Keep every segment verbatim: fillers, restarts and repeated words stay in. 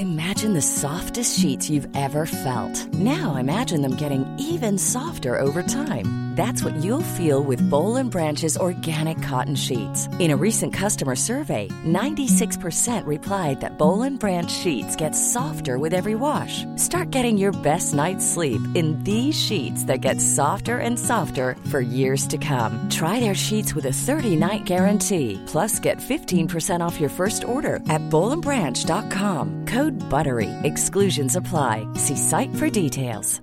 Imagine the softest sheets you've ever felt. Now imagine them getting even softer over time. That's what you'll feel with Boll and Branch's organic cotton sheets. In a recent customer survey, ninety-six percent replied that Boll and Branch sheets get softer with every wash. Start getting your best night's sleep in these sheets that get softer and softer for years to come. Try their sheets with a thirty-night guarantee. Plus, get fifteen percent off your first order at boll and branch dot com. Code BUTTERY. Exclusions apply. See site for details.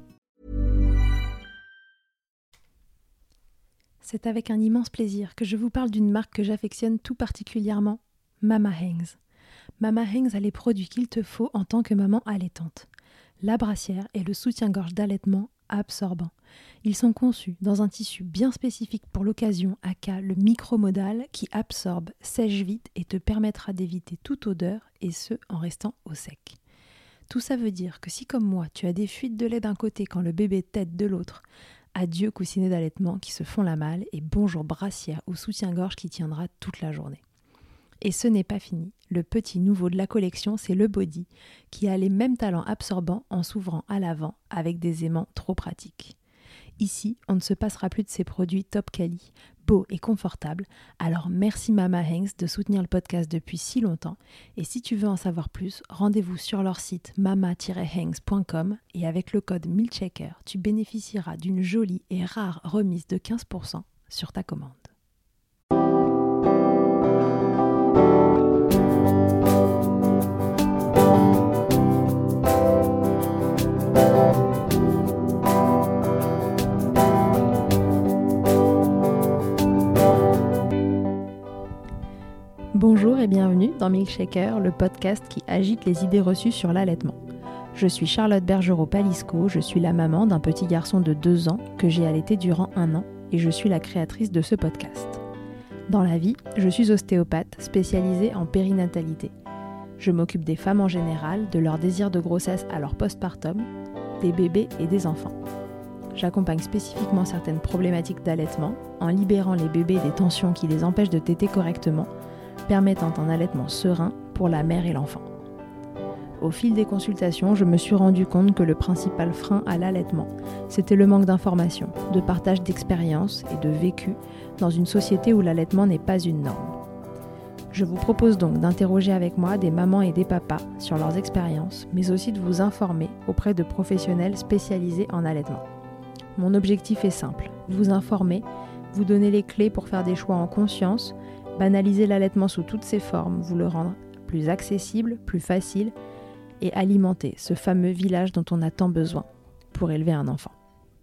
C'est avec un immense plaisir que je vous parle d'une marque que j'affectionne tout particulièrement, Mama Hanks. Mama Hanks a les produits qu'il te faut en tant que maman allaitante. La brassière et le soutien-gorge d'allaitement absorbant. Ils sont conçus dans un tissu bien spécifique pour l'occasion, aka le micromodal, qui absorbe, sèche vite et te permettra d'éviter toute odeur, et ce, en restant au sec. Tout ça veut dire que si, comme moi, tu as des fuites de lait d'un côté quand le bébé tète de l'autre, adieu coussinet d'allaitement qui se font la malle et bonjour brassière ou soutien-gorge qui tiendra toute la journée. Et ce n'est pas fini. Le petit nouveau de la collection, c'est le body, qui a les mêmes talents absorbants en s'ouvrant à l'avant avec des aimants trop pratiques. Ici, on ne se passera plus de ces produits top quali, beaux et confortables. Alors merci Mama Hanks de soutenir le podcast depuis si longtemps. Et si tu veux en savoir plus, rendez-vous sur leur site mama tiret hanks point com et avec le code MILCHECKER, tu bénéficieras d'une jolie et rare remise de quinze pour cent sur ta commande. Bonjour et bienvenue dans Milkshaker, le podcast qui agite les idées reçues sur l'allaitement. Je suis Charlotte Bergerot-Palisco, je suis la maman d'un petit garçon de deux ans que j'ai allaité durant un an et je suis la créatrice de ce podcast. Dans la vie, je suis ostéopathe spécialisée en périnatalité. Je m'occupe des femmes en général, de leur désir de grossesse à leur postpartum, des bébés et des enfants. J'accompagne spécifiquement certaines problématiques d'allaitement en libérant les bébés des tensions qui les empêchent de téter correctement, permettant un allaitement serein pour la mère et l'enfant. Au fil des consultations, je me suis rendu compte que le principal frein à l'allaitement, c'était le manque d'informations, de partage d'expériences et de vécu dans une société où l'allaitement n'est pas une norme. Je vous propose donc d'interroger avec moi des mamans et des papas sur leurs expériences, mais aussi de vous informer auprès de professionnels spécialisés en allaitement. Mon objectif est simple, vous informer, vous donner les clés pour faire des choix en conscience, banaliser l'allaitement sous toutes ses formes, vous le rendre plus accessible, plus facile et alimenter ce fameux village dont on a tant besoin pour élever un enfant.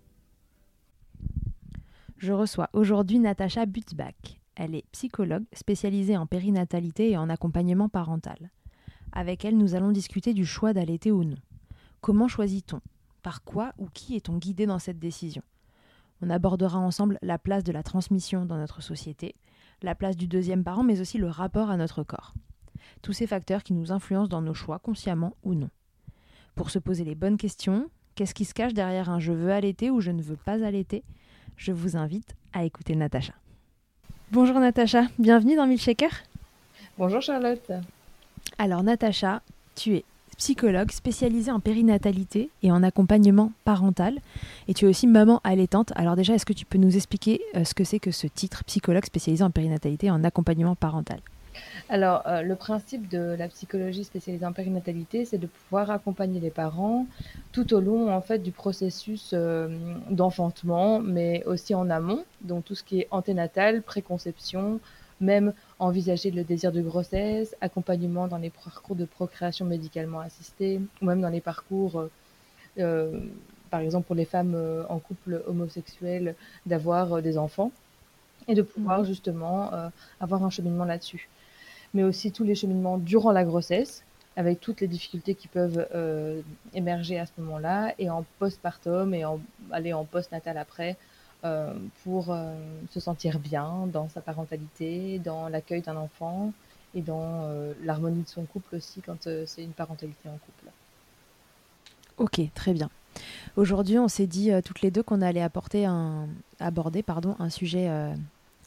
Je reçois aujourd'hui Natacha Butzbach. Elle est psychologue spécialisée en périnatalité et en accompagnement parental. Avec elle, nous allons discuter du choix d'allaiter ou non. Comment choisit-on ? Par quoi ou qui est-on guidé dans cette décision ? On abordera ensemble la place de la transmission dans notre société, la place du deuxième parent, mais aussi le rapport à notre corps. Tous ces facteurs qui nous influencent dans nos choix, consciemment ou non. Pour se poser les bonnes questions, qu'est-ce qui se cache derrière un « je veux allaiter » ou « je ne veux pas allaiter », je vous invite à écouter Natacha. Bonjour Natacha, bienvenue dans Milkshaker. Bonjour Charlotte. Alors Natacha, tu es psychologue spécialisée en périnatalité et en accompagnement parental. Et tu es aussi maman allaitante. Alors déjà, est-ce que tu peux nous expliquer euh, ce que c'est que ce titre, psychologue spécialisé en périnatalité et en accompagnement parental ? Alors, euh, le principe de la psychologie spécialisée en périnatalité, c'est de pouvoir accompagner les parents tout au long en fait, du processus euh, d'enfantement, mais aussi en amont, donc tout ce qui est anténatal, préconception, même envisager le désir de grossesse, accompagnement dans les parcours de procréation médicalement assistée, ou même dans les parcours, euh, euh, par exemple pour les femmes euh, en couple homosexuel, d'avoir euh, des enfants, et de pouvoir justement euh, avoir un cheminement là-dessus. Mais aussi tous les cheminements durant la grossesse, avec toutes les difficultés qui peuvent euh, émerger à ce moment-là, et en postpartum, et en, aller en postnatal après, Euh, pour euh, se sentir bien dans sa parentalité, dans l'accueil d'un enfant et dans euh, l'harmonie de son couple aussi quand euh, c'est une parentalité en couple. Ok, très bien. Aujourd'hui, on s'est dit euh, toutes les deux qu'on allait apporter un, aborder pardon, un sujet euh,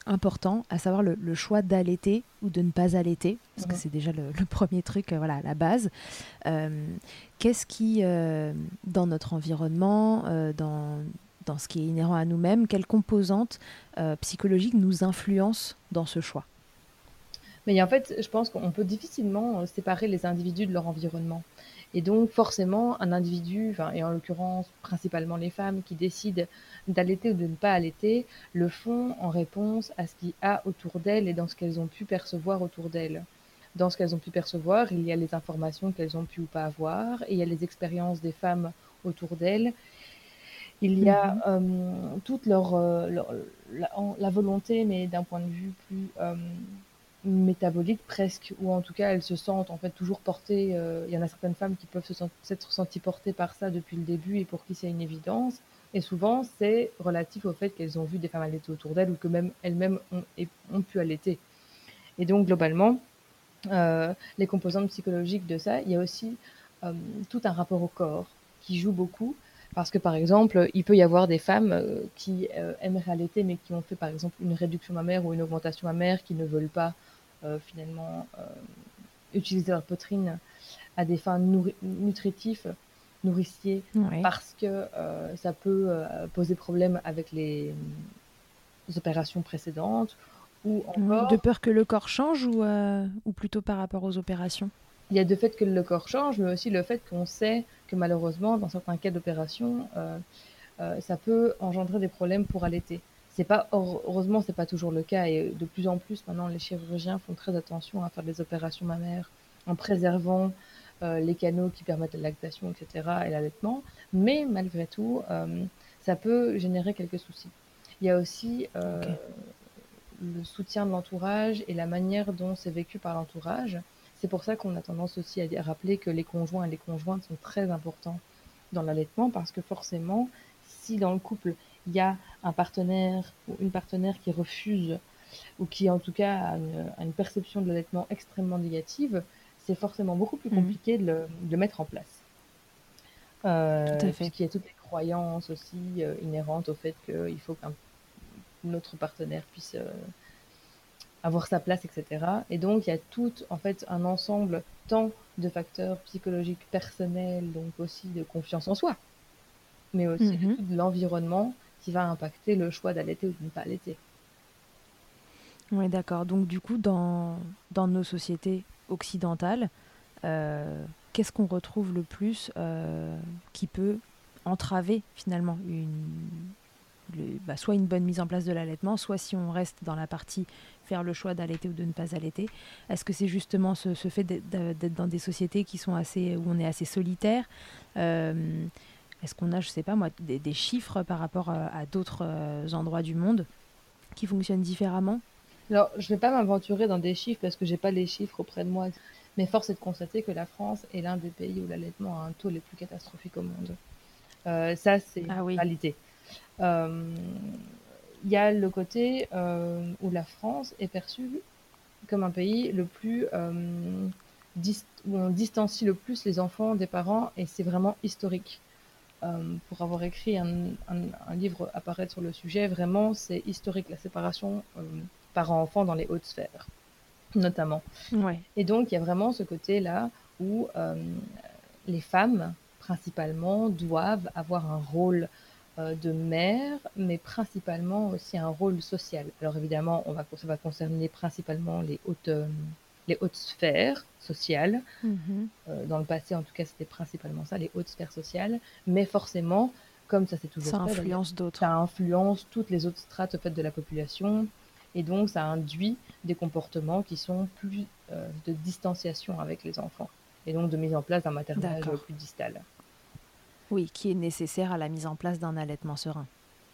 important, à savoir le, le choix d'allaiter ou de ne pas allaiter, parce que Mhm. c'est déjà le, le premier truc, euh, voilà, la base. Euh, Qu'est-ce qui, euh, dans notre environnement, euh, dans, dans ce qui est inhérent à nous-mêmes, quelles composantes euh, psychologiques nous influencent dans ce choix? Mais en fait, je pense qu'on peut difficilement euh, séparer les individus de leur environnement. Et donc, forcément, un individu, enfin, et en l'occurrence, principalement les femmes qui décident d'allaiter ou de ne pas allaiter, le font en réponse à ce qu'il y a autour d'elles et dans ce qu'elles ont pu percevoir autour d'elles. Dans ce qu'elles ont pu percevoir, il y a les informations qu'elles ont pu ou pas avoir, et il y a les expériences des femmes autour d'elles. Il y a Mhm. euh, toute leur, euh, leur- la, en- la volonté, mais d'un point de vue plus euh, métabolique presque, ou en tout cas elles se sentent en fait toujours portées. euh, Il y en a certaines femmes qui peuvent se sent- s'être senties portées par ça depuis le début et pour qui c'est une évidence. Et souvent c'est relatif au fait qu'elles ont vu des femmes allaiter autour d'elles ou que même elles-mêmes ont, et- ont pu allaiter. Et donc globalement, euh, les composantes psychologiques de ça, il y a aussi euh, tout un rapport au corps qui joue beaucoup. Parce que par exemple, il peut y avoir des femmes euh, qui euh, aimeraient allaiter, mais qui ont fait par exemple une réduction mammaire ou une augmentation mammaire, qui ne veulent pas euh, finalement euh, utiliser leur poitrine à des fins nourri- nutritives, nourriciers, Ouais. parce que euh, ça peut euh, poser problème avec les, les opérations précédentes, ou Oui, de encore peur que le corps change ou, euh, ou plutôt par rapport aux opérations? il y a le fait que le corps change, mais aussi le fait qu'on sait que malheureusement, dans certains cas d'opération, euh, euh, ça peut engendrer des problèmes pour allaiter. C'est pas, heureusement, c'est pas toujours le cas, et de plus en plus maintenant, les chirurgiens font très attention à faire des opérations mammaires en préservant euh, les canaux qui permettent la lactation, et cetera, et l'allaitement. Mais malgré tout, euh, ça peut générer quelques soucis. Il y a aussi Ok. euh, le soutien de l'entourage et la manière dont c'est vécu par l'entourage. C'est pour ça qu'on a tendance aussi à rappeler que les conjoints et les conjointes sont très importants dans l'allaitement, parce que forcément, si dans le couple, il y a un partenaire ou une partenaire qui refuse ou qui en tout cas a une, a une perception de l'allaitement extrêmement négative, c'est forcément beaucoup plus Mhm. compliqué de le, de le mettre en place. Tout à Euh, fait. puisqu'il y a toutes les croyances aussi euh, inhérentes au fait qu'il faut qu'un autre partenaire puisse euh, avoir sa place, et cetera. Et donc, il y a tout, en fait, un ensemble tant de facteurs psychologiques personnels, donc aussi de confiance en soi, mais aussi de Mhm. tout l'environnement qui va impacter le choix d'allaiter ou de ne pas allaiter. Oui, d'accord. Donc du coup, dans, dans nos sociétés occidentales, euh, qu'est-ce qu'on retrouve le plus euh, qui peut entraver finalement une, le- bah, soit une bonne mise en place de l'allaitement, soit si on reste dans la partie faire le choix d'allaiter ou de ne pas allaiter. Est-ce que c'est justement ce, ce fait d'être, d'être dans des sociétés qui sont assez, où on est assez solitaire? Euh, Est-ce qu'on a, je sais pas moi, des, des chiffres par rapport à, à d'autres euh, endroits du monde qui fonctionnent différemment? Alors, je ne vais pas m'aventurer dans des chiffres parce que j'ai pas les chiffres auprès de moi, mais force est de constater que la France est l'un des pays où l'allaitement a un taux les plus catastrophiques au monde. Euh, ça, c'est une Ah oui. réalité. Euh, Il y a le côté euh, où la France est perçue comme un pays le plus euh, dist- où on distancie le plus les enfants des parents, et c'est vraiment historique. Euh, pour avoir écrit un, un, un livre apparaître sur le sujet, vraiment c'est historique la séparation euh, parents-enfants dans les hautes sphères notamment. Ouais. Et donc il y a vraiment ce côté-là où euh, les femmes principalement doivent avoir un rôle euh, de mère, mais principalement aussi un rôle social. Alors évidemment, on va, ça va concerner principalement les hautes, euh, les hautes sphères sociales. Mhm. Euh, dans le passé, en tout cas, c'était principalement ça, les hautes sphères sociales. Mais forcément, comme ça s'est toujours Ça fait d'ailleurs, influence ça d'autres. influence toutes les autres strates au fait, de la population. Et donc, ça induit des comportements qui sont plus euh, de distanciation avec les enfants. Et donc, de mise en place d'un maternage D'accord. plus distal. Oui, qui est nécessaire à la mise en place d'un allaitement serein.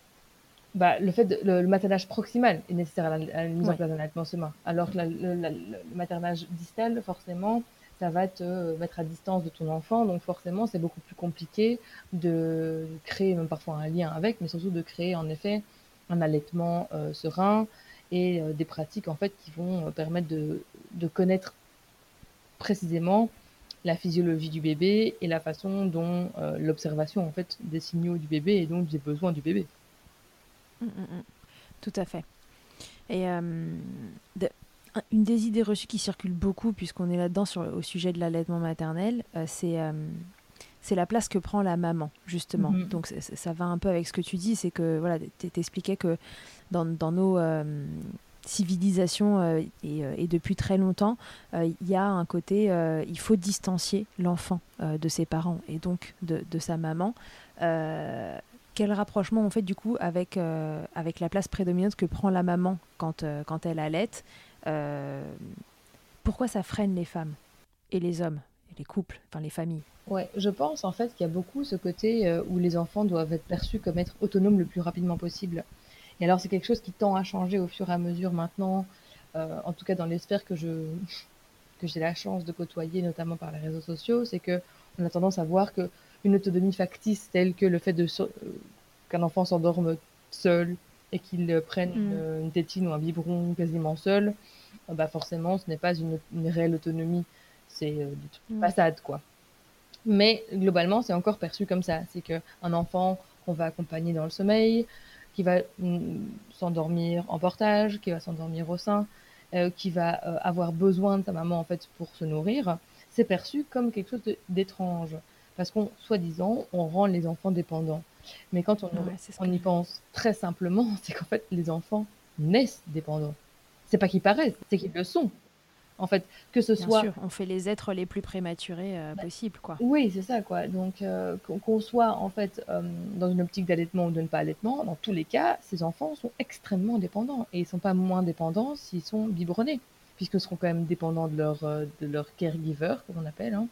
Bah, le fait de, le, le maternage proximal est nécessaire à la, à la mise en Ouais. place d'un allaitement serein. Alors que la- le, la- le maternage distal, forcément, ça va te euh, mettre à distance de ton enfant. Donc forcément, c'est beaucoup plus compliqué de créer même parfois un lien avec, mais surtout de créer en effet un allaitement euh, serein et euh, des pratiques en fait qui vont euh, permettre de, de connaître précisément la physiologie du bébé et la façon dont euh, l'observation en fait des signaux du bébé et donc des besoins du bébé. Mm, mm, mm. Tout à fait. Et euh, de- un- une des idées reçues qui circule beaucoup, puisqu'on est là-dedans sur, au sujet de l'allaitement maternel, euh, c'est euh, c'est la place que prend la maman, justement. Mhm. Donc c'est- c'est- ça va un peu avec ce que tu dis, c'est que voilà, t- t'expliquais que dans, dans nos euh, civilisations euh, et, euh, et depuis très longtemps, euh, il y a un côté, euh, il faut distancier l'enfant euh, de ses parents et donc de, de sa maman. Euh, quel rapprochement on fait du coup avec, euh, avec la place prédominante que prend la maman quand, euh, quand elle allaite? Euh, Pourquoi ça freine les femmes et les hommes, et les couples, enfin les familles? Ouais, je pense en fait qu'il y a beaucoup ce côté euh, où les enfants doivent être perçus comme être autonomes le plus rapidement possible. Et alors c'est quelque chose qui tend à changer au fur et à mesure maintenant, euh, en tout cas dans les sphères que je que j'ai la chance de côtoyer, notamment par les réseaux sociaux, c'est que on a tendance à voir que une autonomie factice telle que le fait de so- euh, qu'un enfant s'endorme seul et qu'il euh, prenne Mm. une, une tétine ou un biberon quasiment seul, euh, bah forcément ce n'est pas une, une réelle autonomie, c'est euh, des trucs de Ouais. façade quoi. Mais globalement, c'est encore perçu comme ça. C'est qu'un enfant qu'on va accompagner dans le sommeil, qui va mm, s'endormir en portage, qui va s'endormir au sein, euh, qui va euh, avoir besoin de sa maman en fait pour se nourrir, c'est perçu comme quelque chose de- d'étrange. Parce qu'on, soi-disant, on rend les enfants dépendants. Mais quand on, Ouais, c'est ce on que y je... pense très simplement, c'est qu'en fait, les enfants naissent dépendants. C'est pas qu'ils paraissent, c'est qu'ils le sont. En fait, que ce Bien soit sûr, on fait les êtres les plus prématurés euh, possibles, quoi. oui, c'est ça, quoi. Donc, euh, qu'on qu'on soit en fait euh, dans une optique d'allaitement ou de ne pas allaitement, dans tous les cas, ces enfants sont extrêmement dépendants et ils sont pas moins dépendants s'ils sont biberonnés, puisqu'ils seront quand même dépendants de leur euh, de leur caregiver, comme on appelle, hein,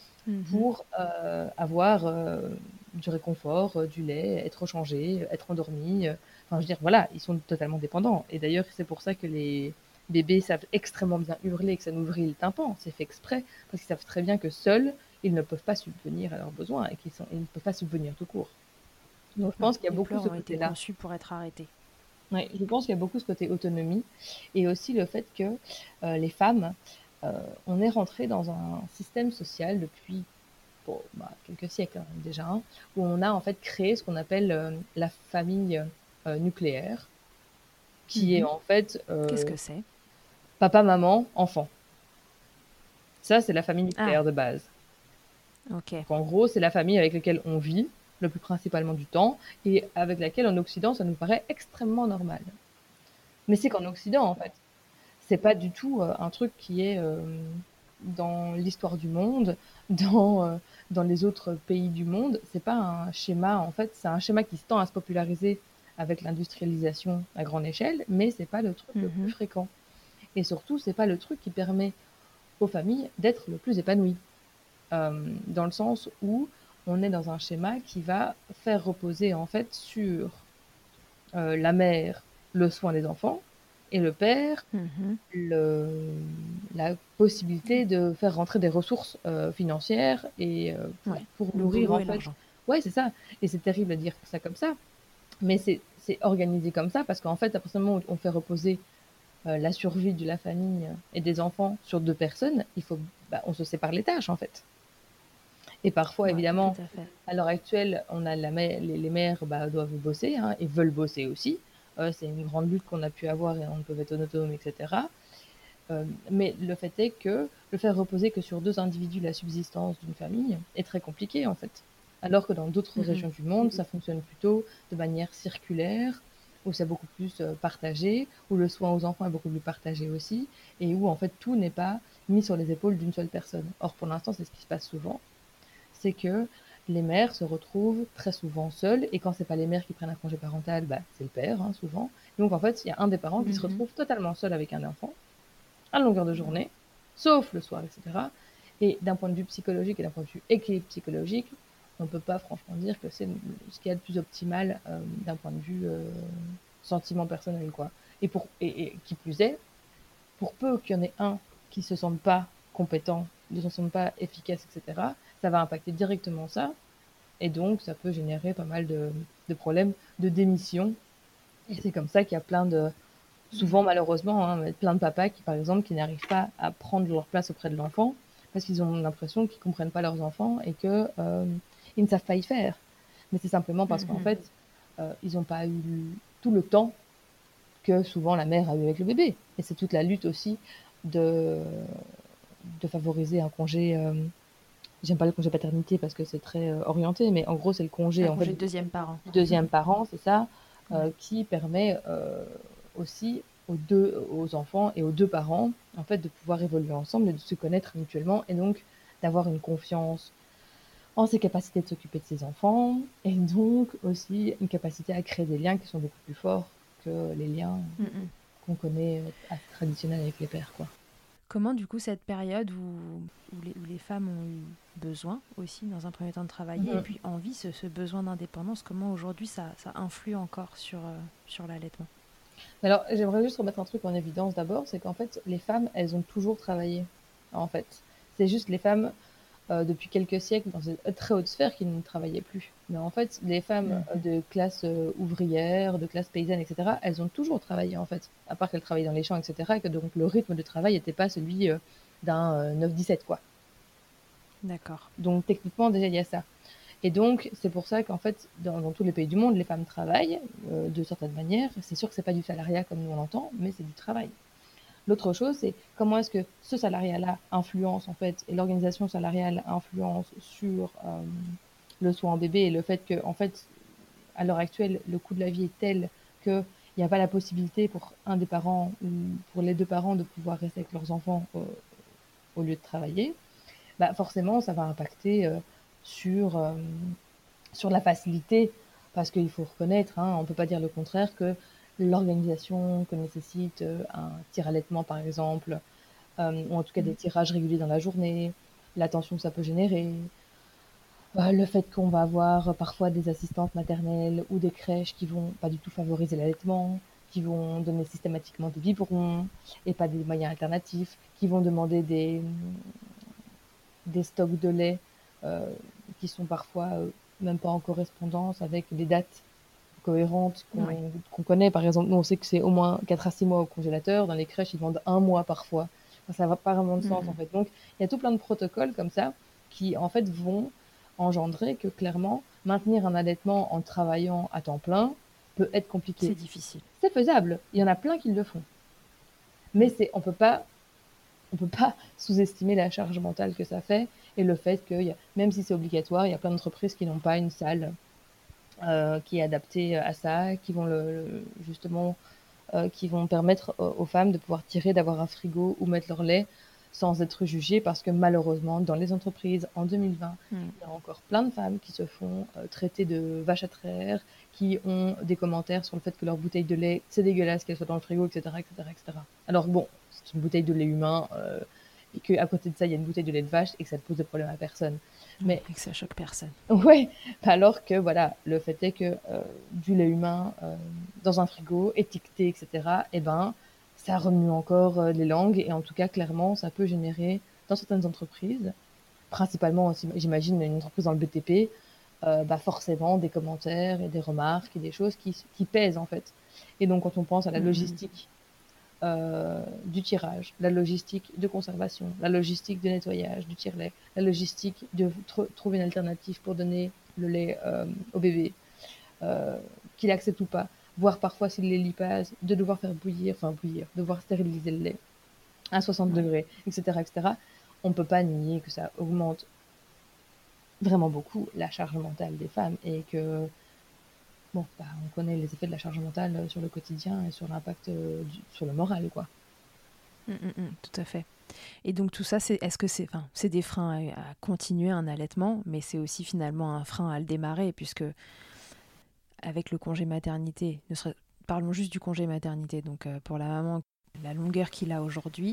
Mhm. pour euh, avoir euh, du réconfort, euh, du lait, être changé, être endormi. euh. Enfin, je veux dire, voilà, ils sont totalement dépendants. Et d'ailleurs, c'est pour ça que les bébés savent extrêmement bien hurler et que ça nous vrille le tympan. C'est fait exprès, parce qu'ils savent très bien que seuls, ils ne peuvent pas subvenir à leurs besoins et qu'ils sont, ils ne peuvent pas subvenir tout court. Donc, je Ouais, pense qu'il y a les beaucoup pleurs ce ont été côté-là. conçus pour être arrêtés. Ouais, je pense qu'il y a beaucoup ce côté autonomie et aussi le fait que euh, les femmes, euh, on est rentré dans un système social depuis pour bah, quelques siècles hein, déjà, hein, où on a en fait créé ce qu'on appelle euh, la famille euh, nucléaire, qui est Mhm. en fait Qu'est-ce euh, que c'est? papa, maman, enfant. Ça, c'est la famille Ah, nucléaire de base. ok. Donc, en gros, c'est la famille avec laquelle on vit le plus principalement du temps et avec laquelle en Occident, ça nous paraît extrêmement normal. Mais c'est qu'en Occident, en fait, c'est pas du tout euh, un truc qui est euh, dans l'histoire du monde, dans, euh, dans les autres pays du monde. C'est pas un schéma, en fait, c'est un schéma qui se tend à se populariser avec l'industrialisation à grande échelle, mais c'est pas le truc le plus Mhm. fréquent. Et surtout, c'est pas le truc qui permet aux familles d'être le plus épanouies. Euh, dans le sens où on est dans un schéma qui va faire reposer en fait sur euh, la mère le soin des enfants et le père Mhm. le, la possibilité de faire rentrer des ressources euh, financières et euh, pour, Ouais, pour le nourrir boulot en et fait. l'argent. Ouais, c'est ça. Et c'est terrible de dire ça comme ça, mais c'est c'est organisé comme ça parce qu'en fait, à partir du moment où on fait reposer euh, la survie de la famille et des enfants sur deux personnes, il faut, bah, on se sépare les tâches en fait. Et parfois, Ouais, tout évidemment, à fait. à l'heure actuelle, on a la mè- les, les mères bah, doivent bosser hein, et veulent bosser aussi. Euh, c'est une grande lutte qu'on a pu avoir et on peut être autonome, et cetera. Euh, mais le fait est que le faire reposer que sur deux individus la subsistance d'une famille est très compliqué en fait. Alors que dans d'autres Mhm. régions du monde, ça fonctionne plutôt de manière circulaire, où c'est beaucoup plus euh, partagé, où le soin aux enfants est beaucoup plus partagé aussi, et où en fait tout n'est pas mis sur les épaules d'une seule personne. Or pour l'instant, c'est ce qui se passe souvent, c'est que les mères se retrouvent très souvent seules, et quand c'est pas les mères qui prennent un congé parental, bah, c'est le père hein, souvent. Donc en fait, il y a un des parents qui se Mhm. retrouve totalement seul avec un enfant à longueur de journée, sauf le soir, et cetera. Et d'un point de vue psychologique et d'un point de vue équilibre psychologique, on ne peut pas franchement dire que c'est ce qu'il y a de plus optimal euh, d'un point de vue euh, sentiment personnel, quoi. Et, pour, et, et qui plus est, pour peu qu'il y en ait un qui se sente pas compétent, ne se sente pas efficace, et cetera, ça va impacter directement ça. Et donc, ça peut générer pas mal de, de problèmes de démission. Et c'est comme ça qu'il y a plein de, souvent malheureusement, hein, plein de papas qui, par exemple, qui n'arrivent pas à prendre leur place auprès de l'enfant parce qu'ils ont l'impression qu'ils comprennent pas leurs enfants et que euh, ils ne savent pas y faire. Mais c'est simplement parce qu'en Mhm. fait, euh, ils n'ont pas eu tout le temps que souvent la mère a eu avec le bébé. Et c'est toute la lutte aussi de, de favoriser un congé, euh, j'aime pas le congé paternité parce que c'est très euh, orienté, mais en gros c'est le congé Un en fait congé de du deuxième parent. deuxième parent, c'est ça, euh, Ouais. qui permet euh, aussi aux deux, aux enfants et aux deux parents en fait de pouvoir évoluer ensemble et de se connaître mutuellement et donc d'avoir une confiance en ses capacités de s'occuper de ses enfants et donc aussi une capacité à créer des liens qui sont beaucoup plus forts que les liens Mm, mm. qu'on connaît euh, assez traditionnels avec les pères, quoi. Comment du coup cette période où, où, les, où les femmes ont eu besoin aussi dans un premier temps de travailler et Mhm. puis envie, ce, ce besoin d'indépendance, comment aujourd'hui ça, ça influe encore sur, euh, sur l'allaitement? Alors, j'aimerais juste remettre un truc en évidence d'abord, c'est qu'en fait, les femmes, elles ont toujours travaillé, en fait. C'est juste les femmes, euh, depuis quelques siècles, dans une très haute sphère, qui ne travaillaient plus. Mais en fait, les femmes euh, Mhm. de classe euh, ouvrière, de classe paysanne, et cetera, elles ont toujours travaillé, en fait. À part qu'elles travaillaient dans les champs, et cetera, et que donc le rythme de travail n'était pas celui euh, d'un euh, neuf dix-sept, quoi. D'accord. Donc, techniquement, déjà, il y a ça. Et donc, c'est pour ça qu'en fait, dans, dans tous les pays du monde, les femmes travaillent euh, de certaines manières. C'est sûr que c'est pas du salariat comme nous on l'entend, mais c'est du travail. L'autre chose, c'est comment est-ce que ce salariat-là influence en fait, et l'organisation salariale influence sur euh, le soin en bébé et le fait que, en fait, à l'heure actuelle, le coût de la vie est tel qu'il n'y a pas la possibilité pour un des parents ou pour les deux parents de pouvoir rester avec leurs enfants euh, au lieu de travailler. Bah forcément, ça va impacter euh, sur euh, sur la facilité, parce qu'il faut reconnaître, hein, on ne peut pas dire le contraire, que l'organisation que nécessite euh, un tir-allaitement, par exemple, euh, ou en tout cas des Mm. tirages réguliers dans la journée, l'attention que ça peut générer, euh, le fait qu'on va avoir parfois des assistantes maternelles ou des crèches qui vont pas du tout favoriser l'allaitement, qui vont donner systématiquement des biberons et pas des moyens alternatifs, qui vont demander des, des stocks de lait euh, qui sont parfois euh, même pas en correspondance avec les dates cohérentes Ouais. qu'on qu'on connaît. Par exemple, nous, on sait que c'est au moins quatre à six mois au congélateur. Dans les crèches, ils demandent un mois parfois. Enfin, ça n'a pas vraiment de sens, en Mm, fait. Donc, il y a tout plein de protocoles comme ça qui, en fait, vont engendrer que, clairement, maintenir un allaitement en travaillant à temps plein peut être compliqué. c'est difficile. C'est faisable. Il y en a plein qui le font. Mais Mm. c'est, on peut pas, on peut pas sous-estimer la charge mentale que ça fait et le fait que, y a, même si c'est obligatoire, il y a plein d'entreprises qui n'ont pas une salle euh, qui est adaptée à ça, qui vont le, le- justement euh, qui vont permettre euh, aux femmes de pouvoir tirer, d'avoir un frigo ou mettre leur lait sans être jugées, parce que malheureusement, dans les entreprises, en deux mille vingt, Mm. il y a encore plein de femmes qui se font euh, traiter de vaches à traire, qui ont des commentaires sur le fait que leur bouteille de lait, c'est dégueulasse qu'elle soit dans le frigo, et cetera, et cetera, et cetera. Alors bon, c'est une bouteille de lait humain, euh, et qu'à côté de ça, il y a une bouteille de lait de vache, et que ça ne pose de problème à personne. Oui, Mais et que ça choque personne. ouais, alors que voilà, le fait est que euh, du lait humain euh, dans un frigo, étiqueté, et cetera, eh ben, ça remue encore euh, les langues et en tout cas, clairement, ça peut générer dans certaines entreprises, principalement aussi, j'imagine, une entreprise dans le B T P, euh, bah forcément des commentaires et des remarques et des choses qui, qui pèsent en fait. Et donc, quand on pense à la Mm, mm. logistique euh, du tirage, la logistique de conservation, la logistique de nettoyage du tire-lait, la logistique de tr- trouver une alternative pour donner le lait euh, au bébé, euh, qu'il accepte ou pas, voire parfois s'il les lipase, de devoir faire bouillir, enfin bouillir, devoir stériliser le lait à soixante Ouais. degrés, et cetera, et cetera. On ne peut pas nier que ça augmente vraiment beaucoup la charge mentale des femmes et que, bon, bah, on connaît les effets de la charge mentale sur le quotidien et sur l'impact euh, du- sur le moral, quoi. Mm, mm, mm, tout à fait. Et donc tout ça, c'est, est-ce que c'est, enfin, c'est des freins à, à continuer un allaitement, mais c'est aussi finalement un frein à le démarrer, puisque avec le congé maternité, ne serait, parlons juste du congé maternité, donc euh, pour la maman, la longueur qu'il a aujourd'hui,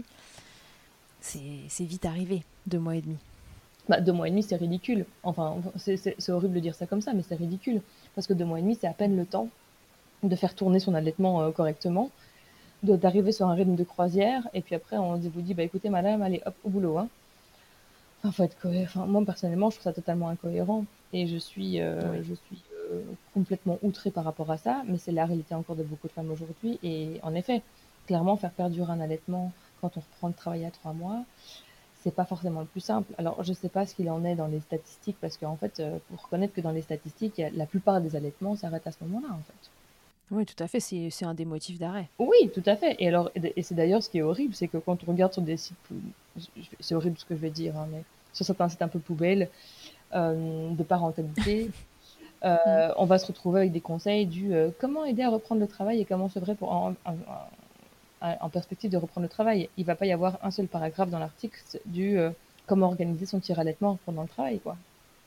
c'est, c'est vite arrivé, deux mois et demi. Bah, deux mois et demi, c'est ridicule. Enfin, c'est c'est- c'est horrible de dire ça comme ça, mais c'est ridicule. Parce que deux mois et demi, c'est à peine le temps de faire tourner son allaitement euh, correctement, de- d'arriver sur un rythme de croisière, et puis après, on dit- vous dit, bah écoutez, madame, allez, hop, au boulot, hein. Enfin, faut être cohérent. Enfin, moi, personnellement, je trouve ça totalement incohérent. Et je suis, euh, Oui. je suis euh, complètement outrée par rapport à ça, mais c'est la réalité encore de beaucoup de femmes aujourd'hui. Et en effet, clairement, faire perdurer un allaitement quand on reprend le travail à trois mois, c'est pas forcément le plus simple. Alors, je sais pas ce qu'il en est dans les statistiques, parce qu'en fait, euh, faut reconnaître que dans les statistiques, il y a- la plupart des allaitements s'arrêtent à ce moment-là, en fait. Oui, tout à fait, c'est c'est un des motifs d'arrêt. Oui, tout à fait. Et alors, et d- et c'est d'ailleurs ce qui est horrible, c'est que quand on regarde sur des sites, pou- je- je- c'est horrible ce que je vais dire, hein, mais sur certains sites un peu poubelles euh, de parentalité, euh, Mm. on va se retrouver avec des conseils du euh, comment aider à reprendre le travail et comment c'est vrai pour en, en- en- en perspective de reprendre le travail. Il va pas y avoir un seul paragraphe dans l'article du euh, comment organiser son tir allaitement pendant le travail, quoi.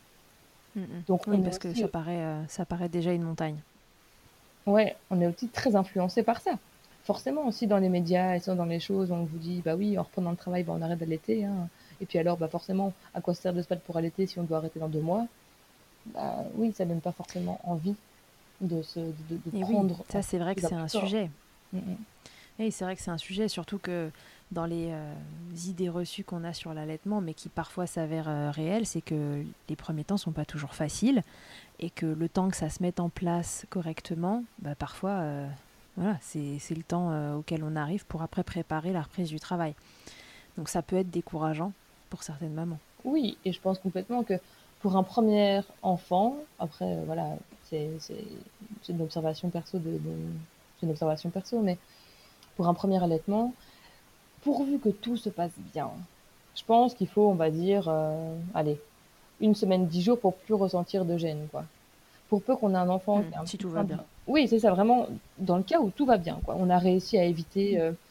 Mm, mm. Donc Oui, on est parce que aussi, ça paraît, euh, ça paraît déjà une montagne. ouais, on est aussi très influencé par ça. Forcément aussi dans les médias et ça, dans les choses, on vous dit bah oui, en reprenant le travail, bah, on arrête d'allaiter, hein. Et puis alors, bah forcément, à quoi ça sert de se battre pour allaiter si on doit arrêter dans deux mois? Bah oui, ça donne pas forcément envie de se de, de- de Et oui, prendre en ça c'est vrai que plus un c'est un support. sujet. Mm, mm. Et c'est vrai que c'est un sujet, surtout que dans les euh, idées reçues qu'on a sur l'allaitement, mais qui parfois s'avèrent euh, réelles, c'est que les premiers temps sont pas toujours faciles et que le temps que ça se mette en place correctement, bah, parfois, euh, voilà, c'est c'est le temps euh, auquel on arrive pour après préparer la reprise du travail. Donc ça peut être décourageant pour certaines mamans. Oui, et je pense complètement que pour un premier enfant, après euh, voilà, c'est c'est c'est une observation perso de, de- c'est une observation perso, mais pour un premier allaitement, pourvu que tout se passe bien, je pense qu'il faut, on va dire, euh, allez, une semaine, dix jours pour plus ressentir de gêne, quoi. Pour peu qu'on ait un enfant Hmm, qui est un si petit tout train va de... bien. Oui, c'est ça, vraiment, dans le cas où tout va bien, quoi. On a réussi à éviter, euh,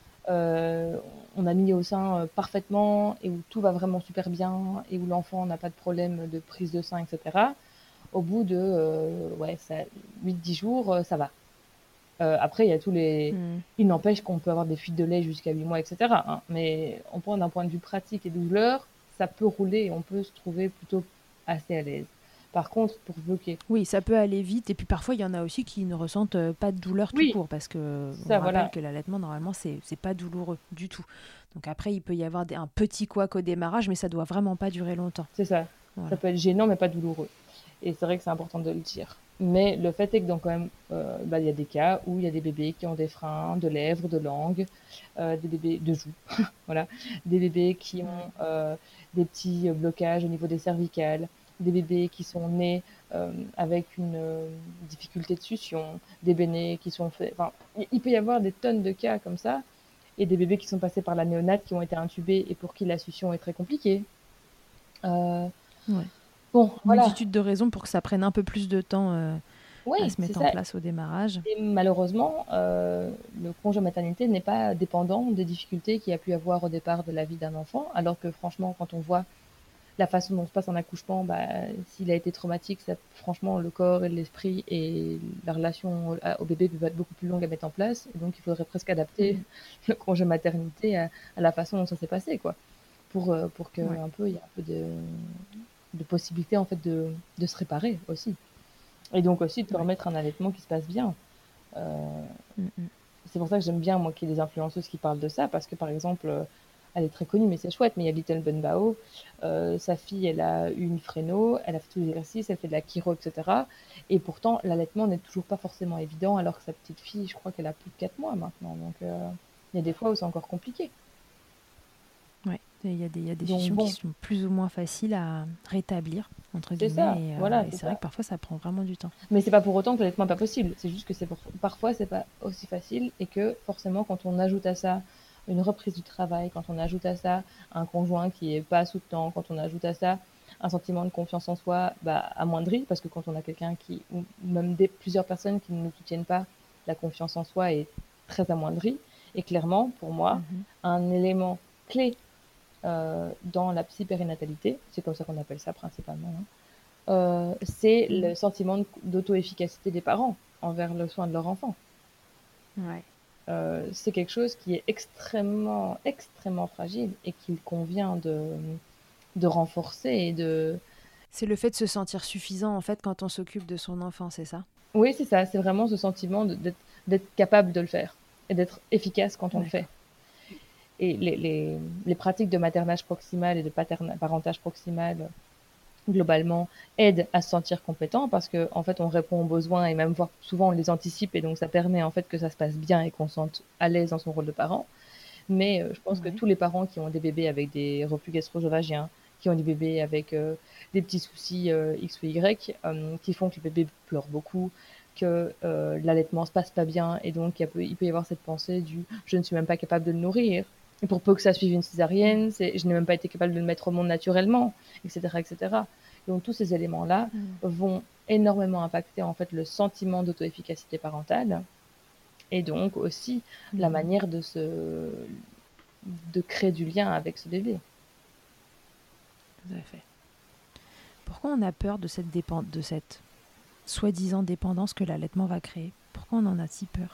euh, on a mis au sein euh, parfaitement et où tout va vraiment super bien et où l'enfant n'a pas de problème de prise de sein, et cetera. Au bout de euh, ouais, ça, huit dix jours, euh, ça va. Euh, après, il y a tous les... Hmm. Il n'empêche qu'on peut avoir des fuites de lait jusqu'à huit mois, et cetera, hein. Mais on prend d'un point de vue pratique et douleur, ça peut rouler et on peut se trouver plutôt assez à l'aise. Par contre, pour bloquer... Oui, ça peut aller vite. Et puis parfois, il y en a aussi qui ne ressentent euh, pas de douleur tout Oui, court, parce que on ça, rappelle voilà. que l'allaitement, normalement, c'est c'est pas douloureux du tout. Donc après, il peut y avoir des- un petit couac au démarrage, mais ça doit vraiment pas durer longtemps. C'est ça. Ça Voilà. peut être gênant, mais pas douloureux. Et c'est vrai que c'est important de le dire. Mais le fait est que dans quand même, euh, bah, il y a des cas où il y a des bébés qui ont des freins de lèvres, de langue, euh, des bébés de joues, voilà, des bébés qui Mm. ont euh, des petits blocages au niveau des cervicales, des bébés qui sont nés euh, avec une euh, difficulté de succion, des bébés qui sont faits. Enfin, il il peut y avoir des tonnes de cas comme ça, et des bébés qui sont passés par la néonate, qui ont été intubés et pour qui la succion est très compliquée. Euh, Ouais. bon, Une voilà. multitude de raisons pour que ça prenne un peu plus de temps euh, à Oui, se c'est mettre en ça. place au démarrage. Et malheureusement, euh, le congé maternité n'est pas dépendant des difficultés qu'il y a pu avoir au départ de la vie d'un enfant, alors que franchement, quand on voit la façon dont se passe un accouchement, bah, s'il a été traumatique, ça, franchement, le corps et l'esprit et la relation au bébé peut être beaucoup plus longue à mettre en place. Et donc, il faudrait presque adapter Mm. le congé maternité à, à la façon dont ça s'est passé, quoi, pour, euh, pour que Ouais. un peu, il y ait un peu de, de possibilité en fait de, de se réparer aussi. Et donc aussi de Ouais. permettre un allaitement qui se passe bien. Euh, Mm, mm. c'est pour ça que j'aime bien, moi, qu'il y ait des influenceuses qui parlent de ça, parce que, par exemple, euh, elle est très connue, mais c'est chouette, mais il y a Little Bunbao, euh, sa fille, elle a eu une fréno, elle a fait tous les exercices, elle fait de la chiro, et cetera. Et pourtant, l'allaitement n'est toujours pas forcément évident, alors que sa petite fille, je crois qu'elle a plus de quatre mois maintenant. Donc, euh, il y a des fois où c'est encore compliqué. Ouais. Il y a des, il y a des Donc, succions qui bon, sont plus ou moins faciles à rétablir, entre c'est ça, guillemets, et, euh, voilà, et c'est c'est vrai ça. que parfois ça prend vraiment du temps. Mais c'est pas pour autant que l'allaitement n'est pas possible. C'est juste que c'est pour... parfois c'est pas aussi facile et que forcément quand on ajoute à ça une reprise du travail, quand on ajoute à ça un conjoint qui est pas soutenant, quand on ajoute à ça un sentiment de confiance en soi bah, amoindri, parce que quand on a quelqu'un qui, ou même des, plusieurs personnes qui ne nous soutiennent pas, la confiance en soi est très amoindrie. Et clairement, pour moi, Mhm. un élément clé euh, dans la psy-périnatalité, c'est comme ça qu'on appelle ça principalement, hein, euh, c'est Mhm. le sentiment d'auto-efficacité des parents envers le soin de leur enfant. Ouais. Euh, c'est quelque chose qui est extrêmement, extrêmement fragile et qu'il convient de, de renforcer et de... C'est le fait de se sentir suffisant en fait quand on s'occupe de son enfant, c'est ça? Oui, c'est ça, c'est vraiment ce sentiment d'être capable de le faire et d'être efficace quand on le fait. D'accord. Et les, les, les pratiques de maternage proximal et de parentage proximal globalement aide à se sentir compétent parce que en fait on répond aux besoins et même voire souvent on les anticipe et donc ça permet en fait que ça se passe bien et qu'on se sente à l'aise dans son rôle de parent. Mais euh, je pense que Ouais. tous les parents qui ont des bébés avec des reflux gastro-œsophagiens, qui ont des bébés avec euh, des petits soucis euh, X ou Y, euh, qui font que le bébé pleure beaucoup, que euh, l'allaitement se passe pas bien et donc il, y a peut, il peut y avoir cette pensée du je ne suis même pas capable de le nourrir. Et pour peu que ça suive une césarienne, c'est, je n'ai même pas été capable de le mettre au monde naturellement, et cetera, et cetera. Donc tous ces éléments-là Mm. vont énormément impacter en fait le sentiment d'auto-efficacité parentale et donc aussi la Mhm. manière de se de créer du lien avec ce bébé. Tout à fait. Pourquoi on a peur de cette, dépen- de cette soi-disant dépendance que l'allaitement va créer? Pourquoi on en a si peur?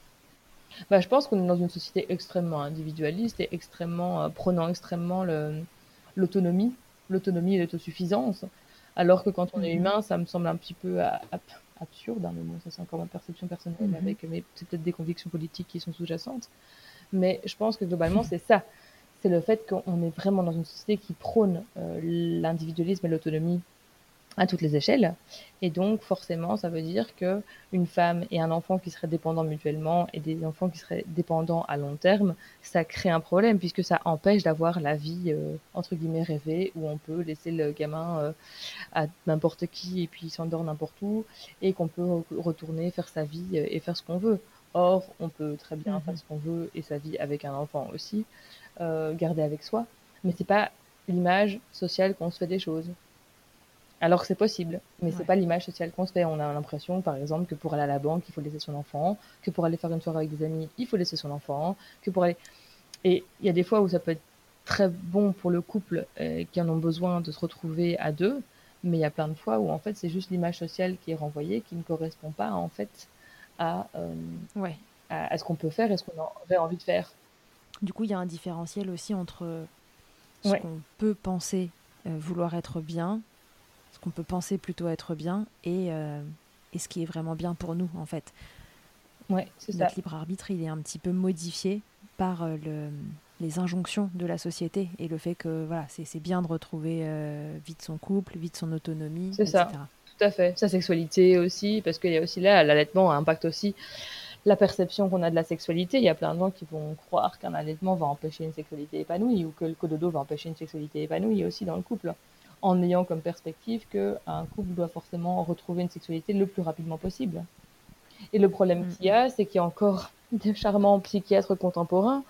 Bah, je pense qu'on est dans une société extrêmement individualiste et extrêmement euh, prônant extrêmement le, l'autonomie, l'autonomie et l'autosuffisance. Alors que quand on est Mhm. humain, ça me semble un petit peu a- ap- absurde, hein, mais bon, ça c'est encore ma perception personnelle Mhm. avec mes c'est peut-être des convictions politiques qui sont sous-jacentes. Mais je pense que globalement, c'est ça. C'est le fait qu'on est vraiment dans une société qui prône euh, l'individualisme et l'autonomie à toutes les échelles. Et donc, forcément, ça veut dire que une femme et un enfant qui seraient dépendants mutuellement et des enfants qui seraient dépendants à long terme, ça crée un problème puisque ça empêche d'avoir la vie, euh, entre guillemets, rêvée, où on peut laisser le gamin euh, à n'importe qui et puis il s'endort n'importe où et qu'on peut re- retourner faire sa vie euh, et faire ce qu'on veut. Or, on peut très bien faire Mhm. ce qu'on veut et sa vie avec un enfant aussi, euh, garder avec soi, mais c'est pas l'image sociale qu'on se fait des choses. Alors que c'est possible, mais c'est Ouais. pas l'image sociale qu'on se fait. On a l'impression, par exemple, que pour aller à la banque, il faut laisser son enfant, que pour aller faire une soirée avec des amis, il faut laisser son enfant, que pour aller... Et il y a des fois où ça peut être très bon pour le couple euh, qui en ont besoin de se retrouver à deux, mais il y a plein de fois où en fait c'est juste l'image sociale qui est renvoyée, qui ne correspond pas en fait à, euh, Ouais. à, à ce qu'on peut faire et ce qu'on aurait envie de faire. Du coup, il y a un différentiel aussi entre ce Ouais, qu'on peut penser euh, vouloir être bien, ce qu'on peut penser plutôt être bien, et, euh, et ce qui est vraiment bien pour nous, en fait. ouais, c'est ça. Notre libre arbitre, il est un petit peu modifié par euh, le, les injonctions de la société et le fait que voilà, c'est, c'est bien de retrouver euh, vite son couple, vite son autonomie, C'est ça. et cetera. Tout à fait. Sa sexualité aussi, parce qu'il y a aussi là, l'allaitement impacte aussi la perception qu'on a de la sexualité. Il y a plein de gens qui vont croire qu'un allaitement va empêcher une sexualité épanouie ou que le cododo va empêcher une sexualité épanouie aussi dans le couple, en ayant comme perspective qu'un couple doit forcément retrouver une sexualité le plus rapidement possible. Et le problème Mm, qu'il y mm. a, c'est qu'il y a encore des charmants psychiatres contemporains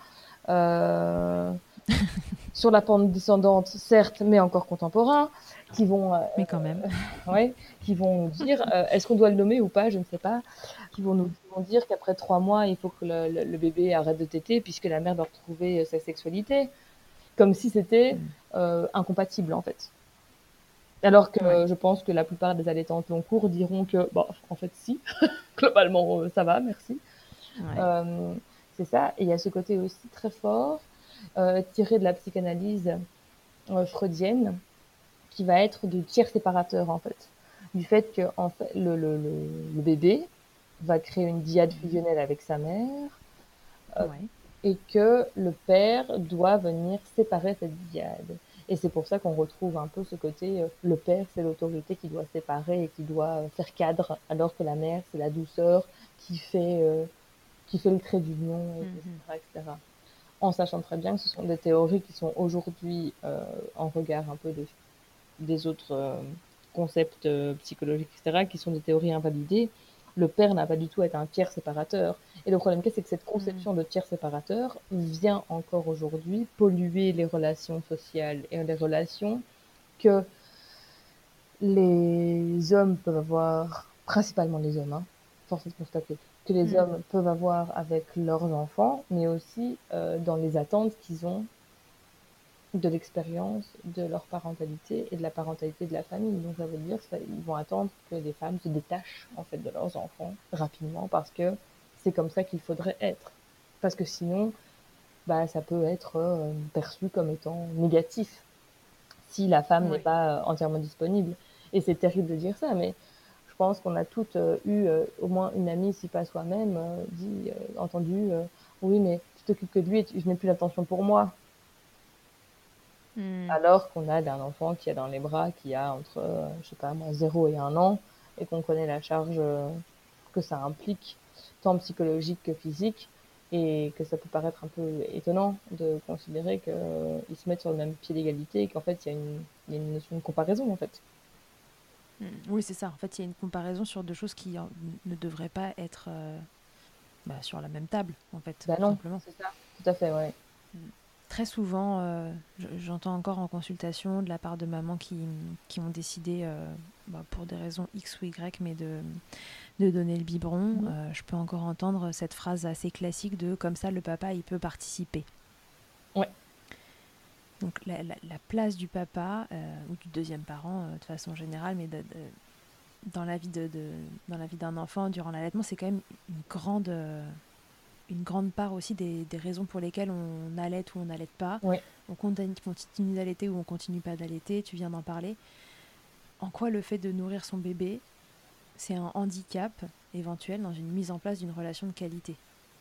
euh, sur la pente descendante, certes, mais encore contemporains, qui vont, euh, Mais quand même. ouais, qui vont dire euh, est-ce qu'on doit le nommer ou pas, je ne sais pas, qui vont nous qui vont dire qu'après trois mois, il faut que le, le, le bébé arrête de téter puisque la mère doit retrouver euh, sa sexualité, comme si c'était Mm. euh, incompatible en fait. Alors que Ouais. euh, je pense que la plupart des allaitantes long cours diront que, bah, en fait, si, globalement, euh, ça va, merci. Ouais. Euh, c'est ça. Et il y a ce côté aussi très fort, euh, tiré de la psychanalyse euh, freudienne, qui va être du tiers séparateur, en fait. Du fait que en fait, le, le, le, le bébé va créer une dyade Mhm. fusionnelle avec sa mère euh, Ouais. et que le père doit venir séparer cette dyade. Et c'est pour ça qu'on retrouve un peu ce côté, euh, le père, c'est l'autorité qui doit séparer et qui doit euh, faire cadre, alors que la mère, c'est la douceur qui fait, euh, qui fait le trait d'union, Mhm. et cetera, et cetera. En sachant très bien que ce sont des théories qui sont aujourd'hui euh, en regard un peu de, des autres euh, concepts euh, psychologiques, et cetera, qui sont des théories invalidées. Le père n'a pas du tout à être un tiers séparateur. Et le problème, c'est que cette Mm. conception de tiers séparateur vient encore aujourd'hui polluer les relations sociales et les relations que les hommes peuvent avoir, principalement les hommes, hein, force est de constater, que les Mm. hommes peuvent avoir avec leurs enfants, mais aussi euh, dans les attentes qu'ils ont de l'expérience de leur parentalité et de la parentalité de la famille. Donc ça veut dire qu'ils vont attendre que les femmes se détachent en fait de leurs enfants rapidement parce que c'est comme ça qu'il faudrait être. Parce que sinon, bah, ça peut être euh, perçu comme étant négatif si la femme n'est Ouais. pas euh, entièrement disponible. Et c'est terrible de dire ça, mais je pense qu'on a toutes euh, eu euh, au moins une amie, si pas soi-même, euh, dit, euh, entendu, euh, oui, mais tu t'occupes que de lui et tu, je n'ai plus l'attention pour moi. Mm. Alors qu'on a d'un enfant qui a dans les bras, qui a entre, euh, je sais pas moi, zéro et un an, et qu'on connaît la charge euh, que ça implique, tant psychologique que physique, et que ça peut paraître un peu étonnant de considérer qu'ils euh, se mettent sur le même pied d'égalité et qu'en fait, il y a une, il y a une notion de comparaison, en fait. Mm. Oui, c'est ça. En fait, il y a une comparaison sur deux choses qui euh, ne devraient pas être euh, bah, sur la même table, en fait, Ben tout non, simplement. c'est ça. Tout à fait, ouais. Mm. Très souvent, euh, je- j'entends encore en consultation de la part de mamans qui, qui ont décidé, euh, bah, pour des raisons X ou Y, mais de, de donner le biberon. Mhm. Euh, je peux encore entendre cette phrase assez classique de comme ça, le papa, il peut participer. Ouais. Donc la, la- la place du papa euh, ou du deuxième parent, euh, de façon générale, mais de- de- dans la vie de, de- dans la vie d'un enfant durant l'allaitement, c'est quand même une grande, euh, une grande part aussi des, des raisons pour lesquelles on allaite ou on n'allaite pas. Ouais. On continue, continue d'allaiter ou on continue pas d'allaiter. Tu viens d'en parler. En quoi le fait de nourrir son bébé, c'est un handicap éventuel dans une mise en place d'une relation de qualité?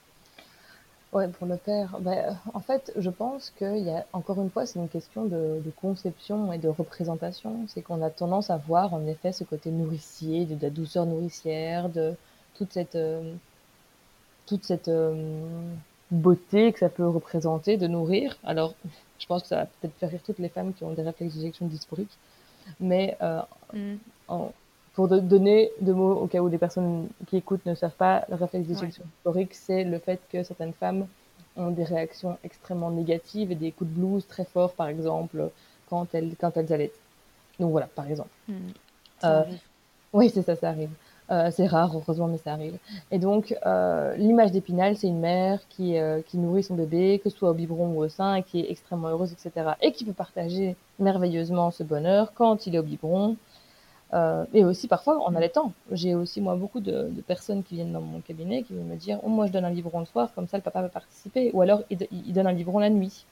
Ouais, pour le père, ben, en fait, je pense qu'il y a, encore une fois, c'est une question de, de conception et de représentation. C'est qu'on a tendance à voir, en effet, ce côté nourricier, de, de la douceur nourricière, de toute cette, euh, toute cette euh, beauté que ça peut représenter de nourrir. Alors, je pense que ça va peut-être faire rire toutes les femmes qui ont des réflexes d'éjection dysphoriques, mais euh, Mm. en- pour de- donner deux mots au cas où des personnes qui écoutent ne savent pas, le réflexe Ouais. d'éjection dysphorique, c'est le fait que certaines femmes ont des réactions extrêmement négatives et des coups de blues très forts, par exemple, quand elles, quand elles allaitent. Donc voilà, par exemple. Mm. Ça Euh, arrive. oui, c'est ça, ça arrive. Euh, c'est rare, heureusement, mais ça arrive. Et donc, euh, l'image d'Épinal, c'est une mère qui, euh, qui nourrit son bébé, que ce soit au biberon ou au sein, et qui est extrêmement heureuse, et cetera. Et qui peut partager merveilleusement ce bonheur quand il est au biberon, euh, et aussi parfois en Mm. allaitant. J'ai aussi, moi, beaucoup de, de personnes qui viennent dans mon cabinet qui viennent me dire, oh, moi, je donne un biberon le soir, comme ça, le papa va participer. Ou alors, il, il donne un biberon la nuit.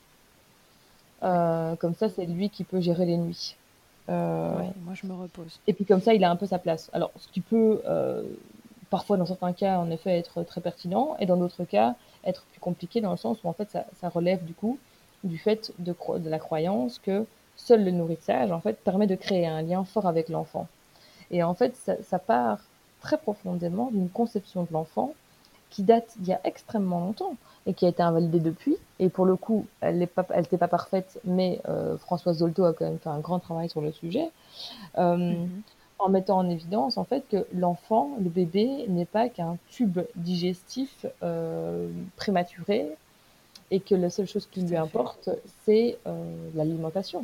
Ouais. Euh, comme ça, c'est lui qui peut gérer les nuits. Euh, Ouais. Et moi, je me repose. et puis comme ça, il a un peu sa place. Alors, ce qui peut, euh, parfois, dans certains cas, en effet, être très pertinent, et dans d'autres cas, être plus compliqué dans le sens où, en fait, ça, ça relève du coup du fait de, de la croyance que seul le nourrissage, en fait, permet de créer un lien fort avec l'enfant. Et en fait, ça, ça part très profondément d'une conception de l'enfant qui date d'il y a extrêmement longtemps et qui a été invalidée depuis. Et pour le coup, elle n'était pas, pas parfaite, mais euh, Françoise Dolto a quand même fait un grand travail sur le sujet, euh, Mhm. en mettant en évidence en fait que l'enfant, le bébé, n'est pas qu'un tube digestif euh, prématuré et que la seule chose qui Tout lui à fait. importe, c'est euh, l'alimentation.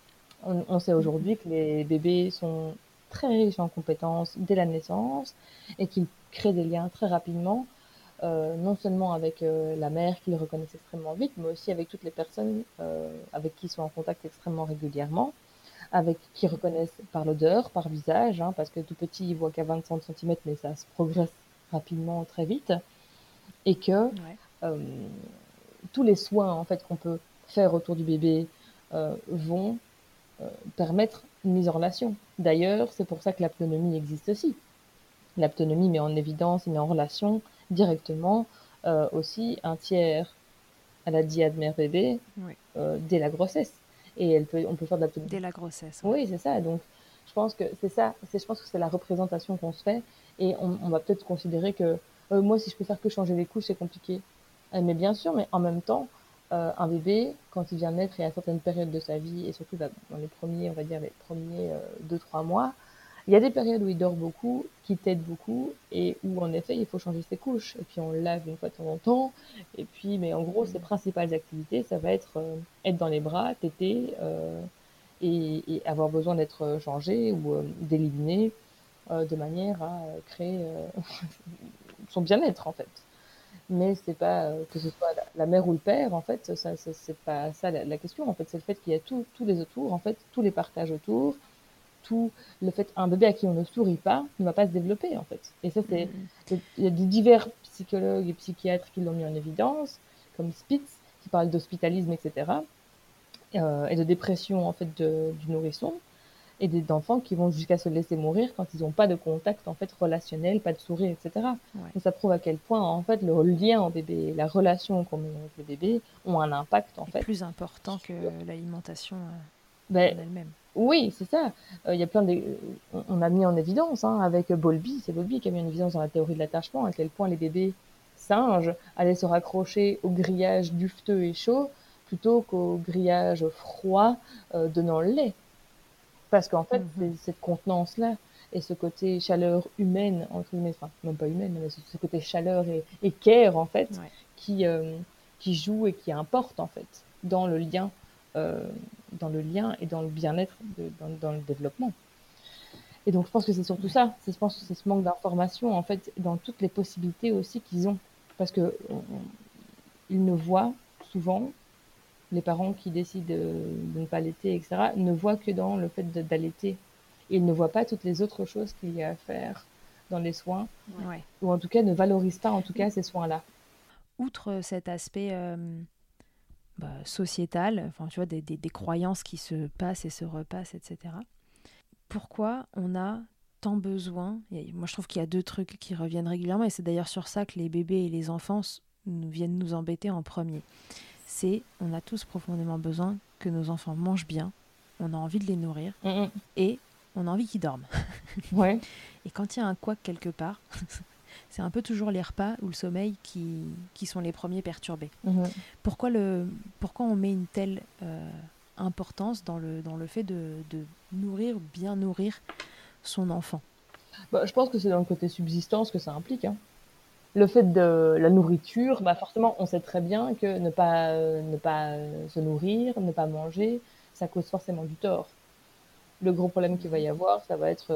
On, on sait Mhm. aujourd'hui que les bébés sont très riches en compétences dès la naissance et qu'ils créent des liens très rapidement, euh, non seulement avec euh, la mère qu'ils reconnaissent extrêmement vite, mais aussi avec toutes les personnes euh, avec qui ils sont en contact extrêmement régulièrement, avec qui reconnaissent par l'odeur, par visage, hein, parce que tout petit, ils voient qu'à vingt centimètres, mais ça se progresse rapidement, très vite, et que Ouais. euh, tous les soins en fait qu'on peut faire autour du bébé euh, vont euh, permettre une mise en relation. D'ailleurs, c'est pour ça que l'aptonomie existe aussi. L'aptonomie met en évidence et met en relation directement euh, aussi un tiers à la diade mère-bébé Ouais. euh, dès la grossesse. Et elle peut, on peut faire de l'aptonomie. Dès la grossesse, ouais. Oui, c'est ça. Donc, je pense que c'est ça. C'est, je pense que c'est la représentation qu'on se fait. Et on, on va peut-être considérer que euh, moi, si je peux faire que changer les couches, c'est compliqué. Euh, mais bien sûr, mais en même temps, euh, un bébé, quand il vient naître, il y a certaines périodes de sa vie, et surtout dans les premiers, on va dire les premiers euh, deux, trois mois, il y a des périodes où il dort beaucoup, qui t'aident beaucoup, et où en effet, il faut changer ses couches. Et puis on le lave une fois de temps en temps. Et puis, mais en gros, ses Mhm. principales activités, ça va être euh, être dans les bras, téter, euh, et, et avoir besoin d'être changé ou euh, d'éliminé euh, de manière à euh, créer euh, son bien-être en fait. Mais c'est pas euh, que ce soit la, la mère ou le père en fait, ça, ça c'est pas ça la, la question en fait, c'est le fait qu'il y a tout, tous les autour en fait, tous les partages autour, tout le fait un bébé à qui on ne sourit pas ne va pas se développer en fait. Et ça c'est Mhm. il y a des divers psychologues et psychiatres qui l'ont mis en évidence, comme Spitz qui parle d'hospitalisme et cetera euh, et de dépression en fait de, du nourrisson et des enfants qui vont jusqu'à se laisser mourir quand ils n'ont pas de contact en fait relationnel, pas de sourire, et cetera. Ouais. Donc ça prouve à quel point en fait le lien au bébé, la relation qu'on met avec le bébé ont un impact en Et fait. plus important Sur... que l'alimentation euh, Ben en elle-même. oui, c'est ça. Euh, Il y a plein de, on, on a mis en évidence hein, avec Bowlby, c'est Bowlby qui a mis en évidence dans la théorie de l'attachement à quel point les bébés singes allaient se raccrocher au grillage dufteux et chaud plutôt qu'au grillage froid euh, donnant le lait. Parce qu'en fait, Mhm. c'est cette contenance-là. et ce côté chaleur humaine, entre guillemets, enfin, même pas humaine, mais ce, ce côté chaleur et, et care, en fait, Ouais. qui, euh, qui joue et qui importe, en fait, dans le lien, euh, dans le lien et dans le bien-être, de, dans, dans le développement. Et donc, je pense que c'est surtout ça. C'est, je pense que c'est ce manque d'information, en fait, dans toutes les possibilités aussi qu'ils ont. Parce que on- on- ils ne voient souvent, les parents qui décident de, de ne pas allaiter, et cetera, ne voient que dans le fait de- d'allaiter. Et ils ne voient pas toutes les autres choses qu'il y a à faire dans les soins, Ouais. ou en tout cas ne valorisent pas, en tout cas, ces soins-là. Outre cet aspect euh, bah, sociétal, enfin, tu vois, des, des, des croyances qui se passent et se repassent, et cetera. Pourquoi on a tant besoin, et moi je trouve qu'il y a deux trucs qui reviennent régulièrement, et c'est d'ailleurs sur ça que les bébés et les enfants nous viennent nous embêter en premier. C'est, on a tous profondément besoin que nos enfants mangent bien, on a envie de les nourrir, Mm, et on a envie qu'ils dorment. mm. Ouais. Et quand il y a un couac quelque part, c'est un peu toujours les repas ou le sommeil qui, qui sont les premiers perturbés. Mhm. Pourquoi, le, pourquoi on met une telle euh, importance dans le, dans le fait de, de nourrir, bien nourrir son enfant? Bah, je pense que c'est dans le côté subsistance que ça implique, hein. Le fait de la nourriture, bah forcément, on sait très bien que ne pas, euh, ne pas euh, se nourrir, ne pas manger, ça cause forcément du tort. Le gros problème qu'il va y avoir, ça va être...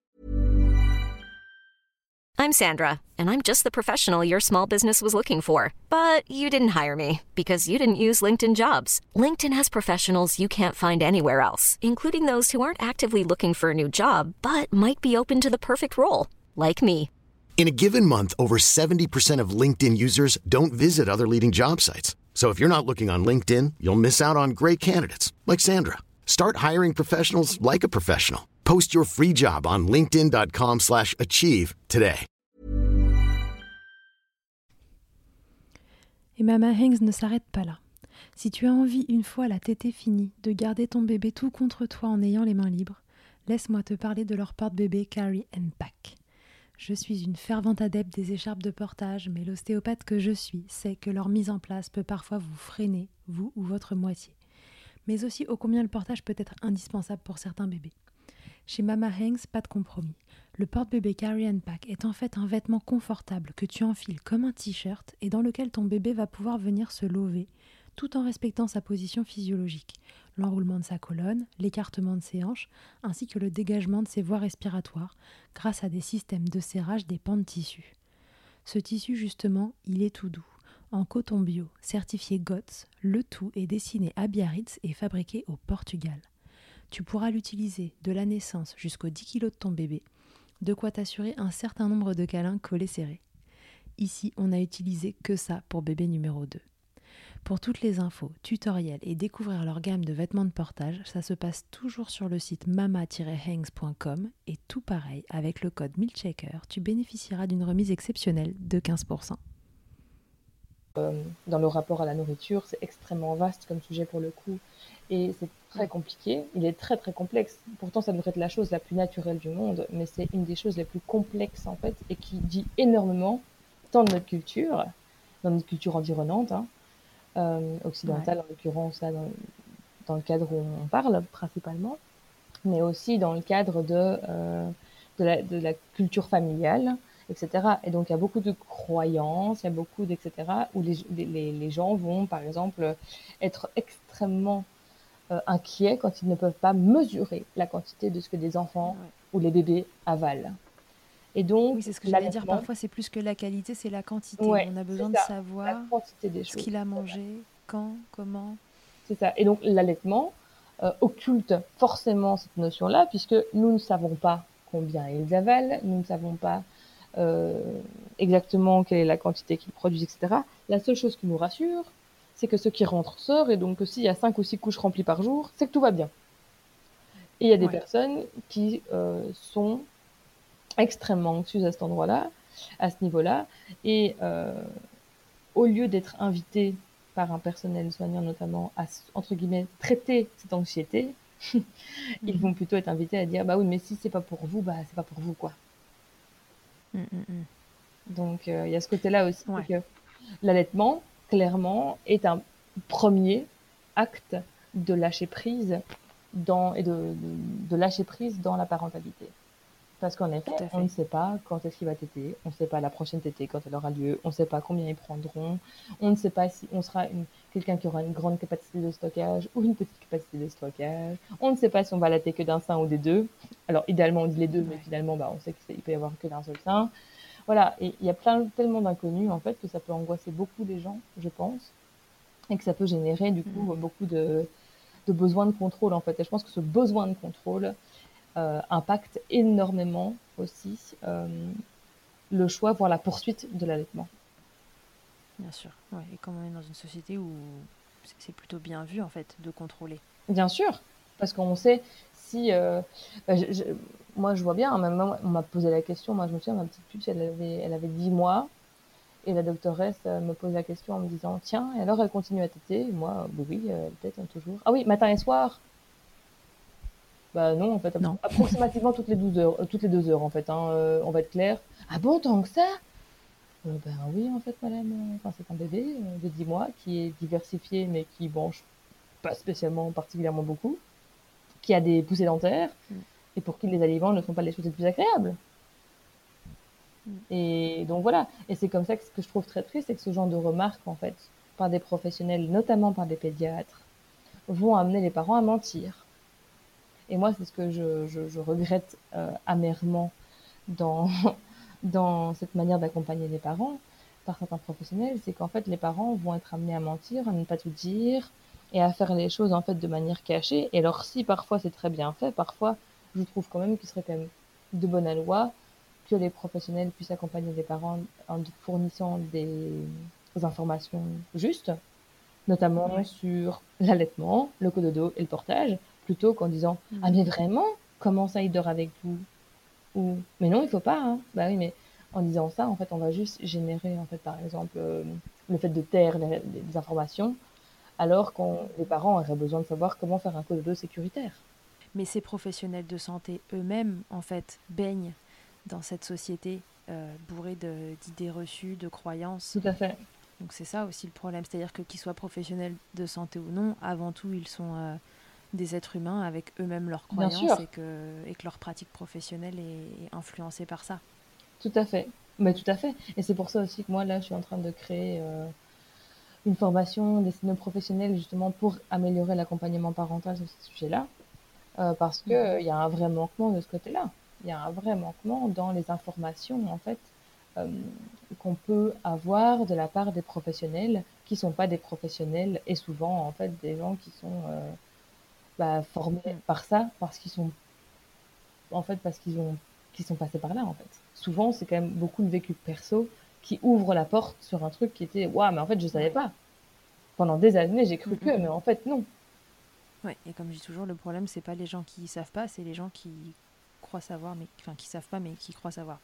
I'm Sandra, and I'm just the professional your small business was looking for. But you didn't hire me because you didn't use LinkedIn Jobs. LinkedIn has professionals you can't find anywhere else, including those who aren't actively looking for a new job, but might be open to the perfect role, like me. In a given month, over seventy percent of LinkedIn users don't visit other leading job sites. So if you're not looking on LinkedIn, you'll miss out on great candidates like Sandra. Start hiring professionals like a professional. Post your free job on linkedin dot com slash achieve today. Et Mama Hanks ne s'arrête pas là. Si tu as envie, une fois la tétée finie, de garder ton bébé tout contre toi en ayant les mains libres, laisse-moi te parler de leur porte-bébé Carry and Pack. Je suis une fervente adepte des écharpes de portage, mais l'ostéopathe que je suis sait que leur mise en place peut parfois vous freiner, vous ou votre moitié. Mais aussi ô combien le portage peut être indispensable pour certains bébés. Chez Mama Hanks, pas de compromis. Le porte-bébé Carry and Pack est en fait un vêtement confortable que tu enfiles comme un t-shirt et dans lequel ton bébé va pouvoir venir se lever tout en respectant sa position physiologique, l'enroulement de sa colonne, l'écartement de ses hanches, ainsi que le dégagement de ses voies respiratoires grâce à des systèmes de serrage des pans de tissu. Ce tissu, justement, il est tout doux. En coton bio, certifié G O T S, le tout est dessiné à Biarritz et fabriqué au Portugal. Tu pourras l'utiliser de la naissance jusqu'aux dix kilos de ton bébé, de quoi t'assurer un certain nombre de câlins collés serrés. Ici, on n'a utilisé que ça pour bébé numéro deux. Pour toutes les infos, tutoriels et découvrir leur gamme de vêtements de portage, ça se passe toujours sur le site mama tiret hanks point com et tout pareil, avec le code MILKSHAKER, tu bénéficieras d'une remise exceptionnelle de quinze pour cent. Euh, dans le rapport à la nourriture, c'est extrêmement vaste comme sujet pour le coup. Et c'est très compliqué, il est très très complexe. Pourtant, ça devrait être la chose la plus naturelle du monde, mais c'est une des choses les plus complexes en fait, et qui dit énormément tant de notre culture, dans notre culture environnante, hein, euh, occidentale ouais. En l'occurrence, là, dans, dans le cadre où on parle principalement, mais aussi dans le cadre de, euh, de, la, de la culture familiale, et cetera. Et donc, il y a beaucoup de croyances, il y a beaucoup d'et cetera, où les, les, les gens vont, par exemple, être extrêmement euh, inquiets quand ils ne peuvent pas mesurer la quantité de ce que des enfants ouais. ou les bébés avalent. Et donc, oui, c'est ce que j'allais dire. Parfois, c'est plus que la qualité, c'est la quantité. Ouais, on a besoin de savoir des ce qu'il a mangé, quand, comment. C'est ça. Et donc, l'allaitement euh, occulte forcément cette notion-là, puisque nous ne savons pas combien ils avalent, nous ne savons pas euh, exactement quelle est la quantité qu'ils produisent, et cetera. La seule chose qui nous rassure, c'est que ce qui rentre sort, et donc s'il y a cinq ou six couches remplies par jour, c'est que tout va bien. Et il y a des ouais. personnes qui euh, sont extrêmement anxieuses à cet endroit-là, à ce niveau-là, et euh, au lieu d'être invitées par un personnel soignant notamment à, entre guillemets, traiter cette anxiété, mmh. ils vont plutôt être invités à dire, bah oui, mais si c'est pas pour vous, bah c'est pas pour vous, quoi. Mmh, mmh. Donc, il euh, y a ce côté-là aussi, ouais. que l'allaitement, clairement, est un premier acte de lâcher prise dans, et de, de, de lâcher prise dans la parentalité. Parce qu'en effet, Tout à on ne fait. sait pas quand est-ce qu'il va téter, on ne sait pas la prochaine tétée quand elle aura lieu, on ne sait pas combien ils prendront, on ne sait pas si on sera une quelqu'un qui aura une grande capacité de stockage ou une petite capacité de stockage. On ne sait pas si on va allaiter que d'un sein ou des deux. Alors idéalement, on dit les deux, mais Ouais. finalement, bah, on sait qu'il peut y avoir que d'un seul sein. Voilà, et il y a plein tellement d'inconnus, en fait, que ça peut angoisser beaucoup les gens, je pense, et que ça peut générer, du coup, Mmh. beaucoup de de besoin de contrôle, en fait. Et je pense que ce besoin de contrôle, heu, impacte énormément aussi, hem, le choix, voire la poursuite de l'allaitement. Bien sûr, ouais, et comme on est dans une société où c'est c'est plutôt bien vu, en fait, de contrôler. Bien sûr, parce qu'on sait si, heu, bah, je je moi, je vois bien, hein, même moi, on m'a posé la question. Moi, je me souviens, ma petite puce, elle avait elle avait dix mois et la doctoresse, heu, me pose la question en me disant: «Tiens, et alors elle continue à téter?» Et moi: «Bah oui, heu, elle tète, hein, toujours». «Ah oui, matin et soir?» Bah non, en fait, appro Non. approximativement toutes les douze heures, heu, toutes les deux heures, en fait, hein, heu, on va être clair. «Ah bon, tant que ça?» Heu, ben oui, en fait, madame, heu, enfin, c'est un bébé, heu, de dix mois qui est diversifié, mais qui mange pas spécialement particulièrement beaucoup, qui a des poussées dentaires Mmh. et pour qui les aliments ne sont pas les choses les plus agréables. Mmh. Et donc voilà, et c'est comme ça que ce que je trouve très triste, c'est que ce genre de remarques, en fait, par des professionnels, notamment par des pédiatres, vont amener les parents à mentir. Et moi, c'est ce que je je je regrette, heu, amèrement dans dans cette manière d'accompagner les parents par certains professionnels, c'est qu'en fait, les parents vont être amenés à mentir, à ne pas tout dire et à faire les choses, en fait, de manière cachée. Et alors si parfois c'est très bien fait, parfois je trouve quand même qu'il serait quand même de bonne loi que les professionnels puissent accompagner les parents en fournissant des informations justes, notamment Ouais. sur l'allaitement, le cododo et le portage, plutôt qu'en disant: «Ah Mmh. mais vraiment? Comment ça il dort avec vous?» Ou: «Mais non, il faut pas, hein». Bah oui, mais en disant ça, en fait, on va juste générer, en fait, par exemple, hem, le fait de taire les les informations, alors qu'on les parents auraient besoin de savoir comment faire un cododo sécuritaire. Mais ces professionnels de santé eux-mêmes, en fait, baignent dans cette société euh, bourrée de- d'idées reçues, de croyances. Tout à fait. Donc c'est ça aussi le problème. C'est-à-dire que qu'ils soient professionnels de santé ou non, avant tout, ils sont euh, des êtres humains avec eux-mêmes leurs Bien croyances sûr, et que, et que leur pratique professionnelle est, est influencée par ça. tout à fait. Mais tout à fait, et c'est pour ça aussi que moi, là, je suis en train de créer, heu, une formation destinée aux professionnels, justement, pour améliorer l'accompagnement parental sur ce sujet-là, heu, parce Mhm. qu'il y a un vrai manquement de ce côté-là. Il y a un vrai manquement dans les informations, en fait, hem, qu'on peut avoir de la part des professionnels qui sont pas des professionnels, et souvent, en fait, des gens qui sont, heu, bah, formés Mm. par ça, parce qu'ils sont en fait, parce qu'ils ont qu'ils sont passés par là, en fait. Souvent, c'est quand même beaucoup le vécu perso qui ouvre la porte sur un truc qui était: «Waouh, mais en fait, je savais Ouais. pas. Pendant des années, j'ai Mm, cru mm, que, mais mm. en fait, non». Ouais. Et comme je dis toujours, le problème, c'est pas les gens qui savent pas, c'est les gens qui croient savoir, mais enfin qui savent pas, mais qui croient savoir.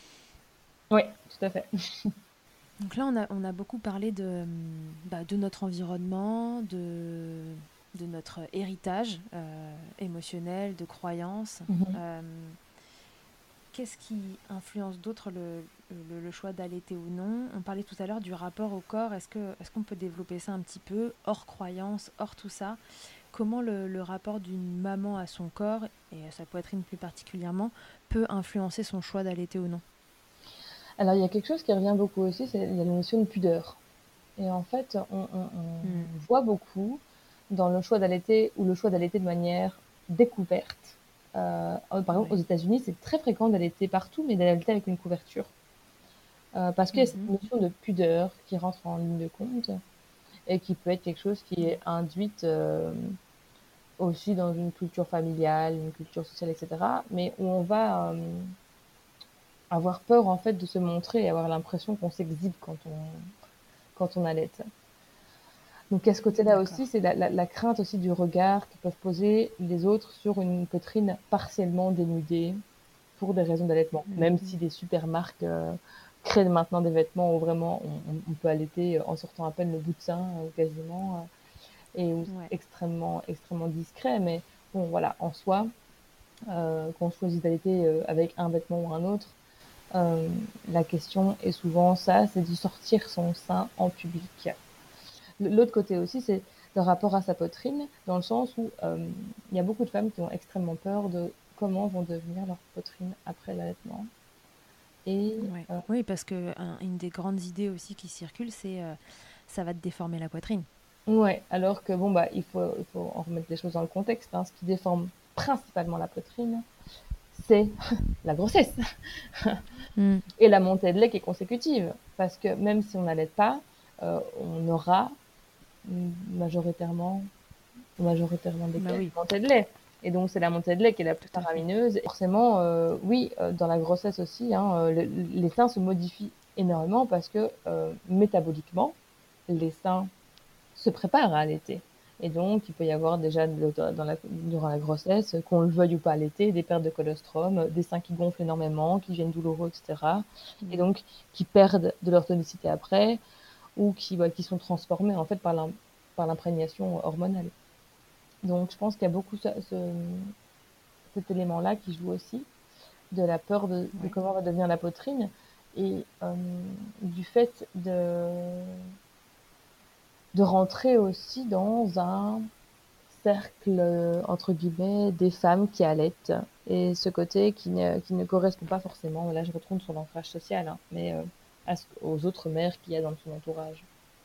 Oui, tout à fait. Donc là, on a, on a beaucoup parlé de, hum, bah, de notre environnement, de, de notre héritage euh, émotionnel, de croyances. Mmh. Euh, Qu'est-ce qui influence d'autre le, le, le choix d'allaiter ou non? On parlait tout à l'heure du rapport au corps. Est-ce que, est-ce qu'on peut développer ça un petit peu, hors croyance, hors tout ça? Comment le, le rapport d'une maman à son corps, et à sa poitrine plus particulièrement, peut influencer son choix d'allaiter ou non? Alors, il y a quelque chose qui revient beaucoup aussi, c'est il y a la notion de pudeur. Et en fait, on on Mm. on voit beaucoup dans le choix d'allaiter ou le choix d'allaiter de manière découverte. Heu, par exemple, aux Ouais. États-Unis, c'est très fréquent d'allaiter partout, mais d'allaiter avec une couverture. Heu, parce qu'il y a cette Mhm. notion de pudeur qui rentre en ligne de compte et qui peut être quelque chose qui est Ouais. induite, hem, aussi dans une culture familiale, une culture sociale, et cetera, mais où on va, hem, avoir peur, en fait, de se montrer et avoir l'impression qu'on s'exhibe quand on quand on allaite. Donc, à ce côté-là aussi, D'accord. c'est la la la crainte aussi du regard que peuvent poser les autres sur une poitrine partiellement dénudée pour des raisons d'allaitement. Même si Mhm. des super marques, heu, créent maintenant des vêtements où vraiment on on on peut allaiter en sortant à peine le bout de sein, heu, quasiment, heu, et où Ouais. c'est extrêmement, extrêmement discret. Mais bon, voilà, en soi, heu, qu'on choisit d'allaiter, heu, avec un vêtement ou un autre, hem, la question est souvent ça, c'est de sortir son sein en public. L'autre côté aussi, c'est le rapport à sa poitrine, dans le sens où, hem, il y a beaucoup de femmes qui ont extrêmement peur de comment vont devenir leurs poitrines après l'allaitement. Et Ouais. euh, Oui, parce que un- une des grandes idées aussi qui circulent, c'est euh, ça va te déformer la poitrine. ouais, alors que bon, bah, il faut, il faut en remettre les choses dans le contexte, hein. Ce qui déforme principalement la poitrine, c'est la grossesse Mm. et la montée de lait qui est consécutive. Parce que même si on n'allait pas, euh, on aura majoritairement, majoritairement des Bah cas, une oui, montée de lait. Et donc, c'est la montée de lait qui est la plus tout à fait. faramineuse. Et forcément, euh, oui, euh, dans la grossesse aussi, hein, euh, le- les seins se modifient énormément parce que euh, métaboliquement, les seins se préparent à allaiter. Et donc, il peut y avoir déjà de- dans la, durant la grossesse, qu'on le veuille ou pas allaiter, des pertes de colostrum, des seins qui gonflent énormément, qui deviennent douloureux, et cetera. Et Mm. donc, qui perdent de leur tonicité après, ou qui, bah, qui sont transformés en fait par l'im- par l'imprégnation hormonale. Donc, je pense qu'il y a beaucoup ce, ce- cet élément-là qui joue aussi, de la peur de, de Ouais. comment va devenir la poitrine et euh, du fait de, de rentrer aussi dans un cercle, euh, entre guillemets, des femmes qui allaitent. Et ce côté qui ne, qui ne correspond pas forcément, là je retourne sur l'ancrage social, hein, mais euh, à ce- aux autres mères qu'il y a dans son entourage.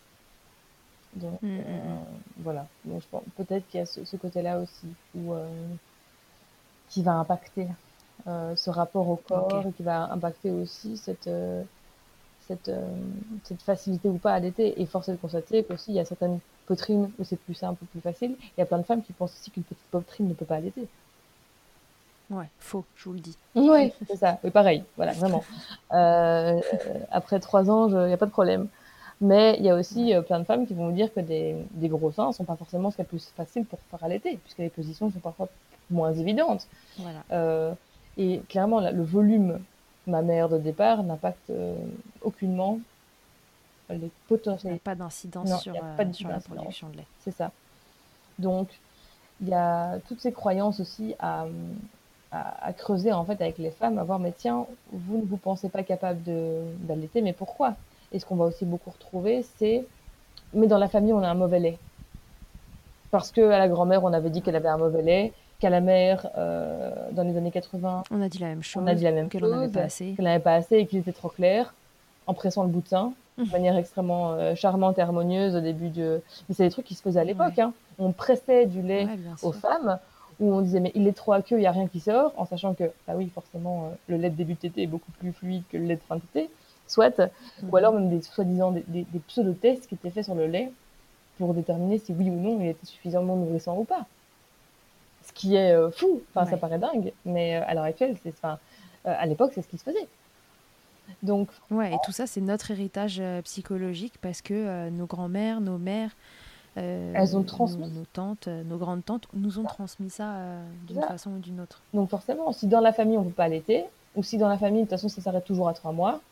Donc Mm, euh, mm, mm. voilà, donc je pense peut-être qu'il y a ce, ce côté-là aussi où, euh, qui va impacter euh, ce rapport au Ok. corps et qui va impacter aussi cette, euh, cette, euh, cette facilité ou pas à allaiter. Et force est de constater qu'aussi il y a certaines poitrines où c'est plus simple, plus facile. Il y a plein de femmes qui pensent aussi qu'une petite poitrine ne peut pas allaiter. Ouais, faux, je vous le dis. Oui, c'est ça. Oui, pareil, voilà, vraiment. Euh, après trois ans, il n'y a pas de problème. Mais il y a Ouais, aussi euh, plein de femmes qui vont vous dire que des, des gros seins ne sont pas forcément ce qui est le plus facile pour faire allaiter, puisque les positions sont parfois moins évidentes. voilà. Euh, et clairement, là, le volume mammaire de départ n'impacte euh, aucunement les Ça n'a potentiels. pas d'incidence Non, il sur, n'y a pas euh, du tout sur la d'incidence. production de lait. C'est ça. Donc, il y a toutes ces croyances aussi à, à, à creuser en fait avec les femmes, à voir, mais tiens, vous ne vous pensez pas capable de, d'allaiter, mais pourquoi? Et ce qu'on va aussi beaucoup retrouver, c'est, mais dans la famille, on a un mauvais lait. Parce qu'à la grand-mère, on avait dit qu'elle Ouais. avait un mauvais lait, qu'à la mère, euh, dans les années quatre-vingts, On a dit la même on a dit chose, la même qu'elle en avait chose, pas assez. qu'elle n'avait pas assez et qu'il était trop clair, en pressant le bout de sein, de manière extrêmement euh, charmante et harmonieuse au début de... Mais c'est des trucs qui se faisaient à l'époque, Ouais, hein. On pressait du lait ouais, bien aux sûr. femmes, où on disait mais il est trop aqueux, il n'y a rien qui sort, en sachant que, bah oui, forcément, euh, le lait de début de tétée est beaucoup plus fluide que le lait de fin de tétée, soit, ou alors Mhm. même des soi-disant des, des, des pseudo-tests qui étaient faits sur le lait pour déterminer si oui ou non il était suffisamment nourrissant ou pas. Ce qui est euh, fou, enfin ça Ouais. paraît dingue, mais euh, à l'heure actuelle, c'est, enfin, euh, à l'époque, c'est ce qui se faisait. Donc, Ouais, et tout ça, c'est notre héritage euh, psychologique parce que euh, nos grands-mères, nos mères, elles ont euh, nos, transmis nos tantes, euh, nos grandes tantes nous ont ça. transmis ça euh, d'une ça. façon ou d'une autre. Donc forcément, si dans la famille on ne peut pas allaiter, ou si dans la famille de toute façon ça s'arrête toujours à trois mois,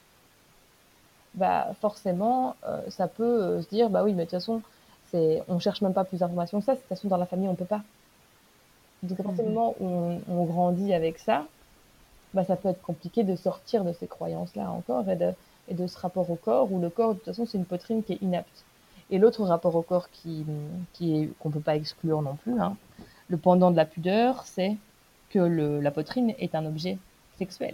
bah forcément euh, ça peut euh, se dire bah oui mais de toute façon c'est on cherche même pas plus d'informations que ça, de toute façon dans la famille on peut pas. Donc à partir du Mhm. moment où on, on grandit avec ça, bah ça peut être compliqué de sortir de ces croyances là encore et de et de ce rapport au corps où le corps de toute façon c'est une poitrine qui est inapte. Et l'autre rapport au corps qui qui est qu'on peut pas exclure non plus, hein, le pendant de la pudeur, c'est que le, la poitrine est un objet sexuel.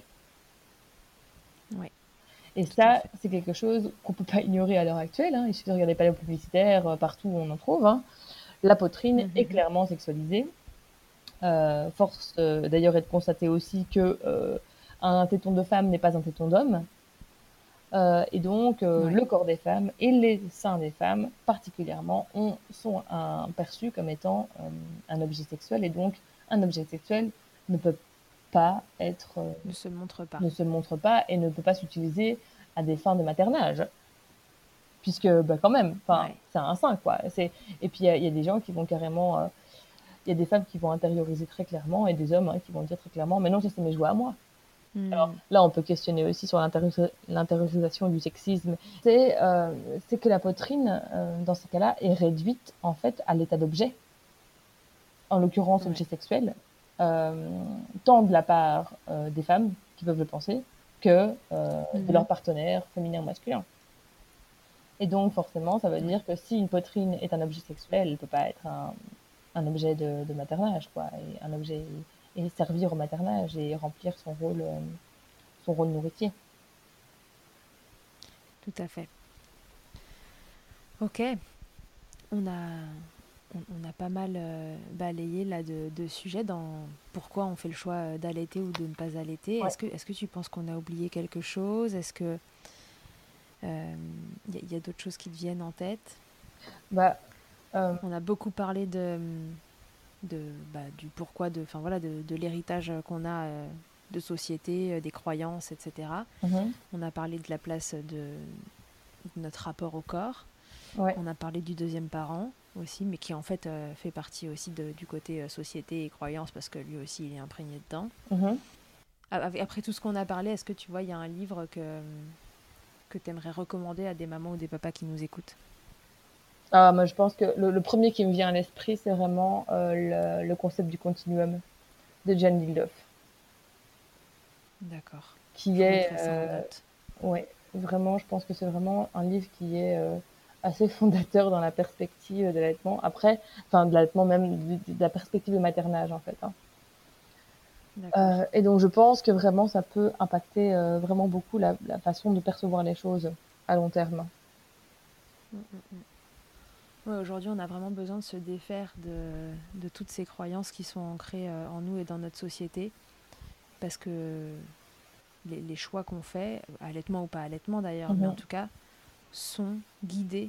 Ouais, Et tout à ça, fait. c'est quelque chose qu'on ne peut pas ignorer à l'heure actuelle, hein. Il suffit de regarder les panneaux publicitaires, euh, partout où on en trouve, hein. La poitrine est Mhm. clairement sexualisée. Euh, force euh, d'ailleurs est de constater aussi que euh, un téton de femme n'est pas un téton d'homme. Euh, et donc, euh, Ouais. le corps des femmes et les seins des femmes, particulièrement, ont, sont un, perçus comme étant euh, un objet sexuel. Et donc, un objet sexuel ne peut pas être, euh, Ne se montre pas. ne se montre pas et ne peut pas s'utiliser à des fins de maternage. Puisque, bah, quand même, enfin, Ouais. c'est un sein, quoi. C'est... Et puis, il y, y, a des gens qui vont carrément. Il euh, y a des femmes qui vont intérioriser très clairement et des hommes hein, qui vont dire très clairement mais non, ça, c'est mes jouets à moi. Alors Hmm. là, on peut questionner aussi sur l'intériorisation du sexisme. C'est, euh, c'est que la poitrine, euh, dans ces cas-là, est réduite en fait à l'état d'objet, en l'occurrence Ouais. objet sexuel, euh, tant de la part euh, des femmes qui peuvent le penser que euh, de Mhm. leur partenaire féminin ou masculin. Et donc forcément, ça veut Ouais. dire que si une poitrine est un objet sexuel, elle ne peut pas être un, un objet de, de maternage, quoi, et un objet et servir au maternage et remplir son rôle, euh, son rôle nourricier. Tout à fait. Ok, on a, on, on a pas mal euh, balayé là de, de sujets dans pourquoi on fait le choix euh, d'allaiter ou de ne pas allaiter. Ouais. Est-ce que, est-ce que tu penses qu'on a oublié quelque chose? Est-ce que il euh, y, y a d'autres choses qui te viennent en tête? Bah, euh, On a beaucoup parlé de, de bah, du pourquoi de, enfin voilà, de, de l'héritage qu'on a euh, de société, euh, des croyances, et cetera. mhm, On a parlé de la place de, de notre rapport au corps. ouais. On a parlé du deuxième parent aussi, mais qui en fait euh, fait partie aussi de, du côté euh, société et croyance parce que lui aussi il est imprégné dedans. mhm. Après tout ce qu'on a parlé, est-ce que tu vois, il y a un livre que, que tu aimerais recommander à des mamans ou des papas qui nous écoutent? Ah, moi, je pense que le, le premier qui me vient à l'esprit, c'est vraiment euh, le, le concept du continuum de Jane Dildoff, D'accord. qui Je est, mettrai ça en euh, note. ouais, vraiment, je pense que c'est vraiment un livre qui est euh, assez fondateur dans la perspective de l'allaitement. Après, enfin, de l'allaitement même, de, de la perspective du maternage, en fait. Hein. D'accord. Euh, et donc, je pense que vraiment, ça peut impacter euh, vraiment beaucoup la, la façon de percevoir les choses à long terme. Mm, mm, mm. Ouais, aujourd'hui, on a vraiment besoin de se défaire de, de toutes ces croyances qui sont ancrées euh, en nous et dans notre société. Parce que les, les choix qu'on fait, allaitement ou pas allaitement d'ailleurs, mais en Mhm. tout cas, sont guidés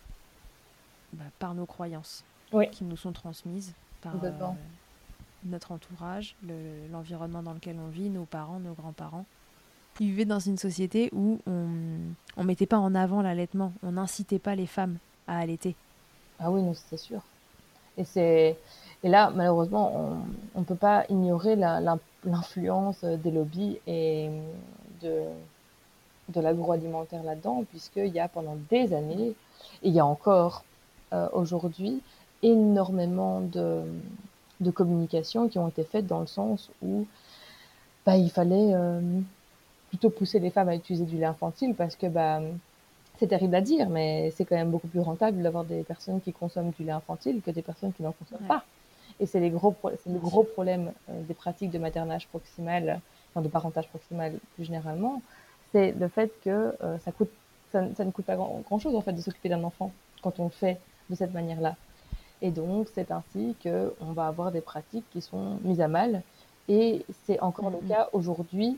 bah, par nos croyances Oui, qui nous sont transmises par euh, complètement. notre entourage, le, l'environnement dans lequel on vit, nos parents, nos grands-parents. Ils vivaient dans une société où on ne mettait pas en avant l'allaitement, on n'incitait pas les femmes à allaiter. Ah oui, non, c'est sûr. Et c'est et là, malheureusement, on ne peut pas ignorer la- l'in- l'influence des lobbies et de, de l'agroalimentaire là-dedans, puisqu'il y a pendant des années, et il y a encore euh, aujourd'hui, énormément de, de communications qui ont été faites dans le sens où bah, il fallait euh, plutôt pousser les femmes à utiliser du lait infantile parce que bah, c'est terrible à dire, mais c'est quand même beaucoup plus rentable d'avoir des personnes qui consomment du lait infantile que des personnes qui n'en consomment Ouais, pas. Et c'est les gros, c'est le bien gros sûr. problème euh, des pratiques de maternage proximal, enfin de parentage proximal plus généralement, c'est le fait que euh, ça coûte, ça, ça ne coûte pas grand, grand chose en fait de s'occuper d'un enfant quand on le fait de cette manière-là. Et donc c'est ainsi que on va avoir des pratiques qui sont mises à mal. Et c'est encore le Mm, cas aujourd'hui,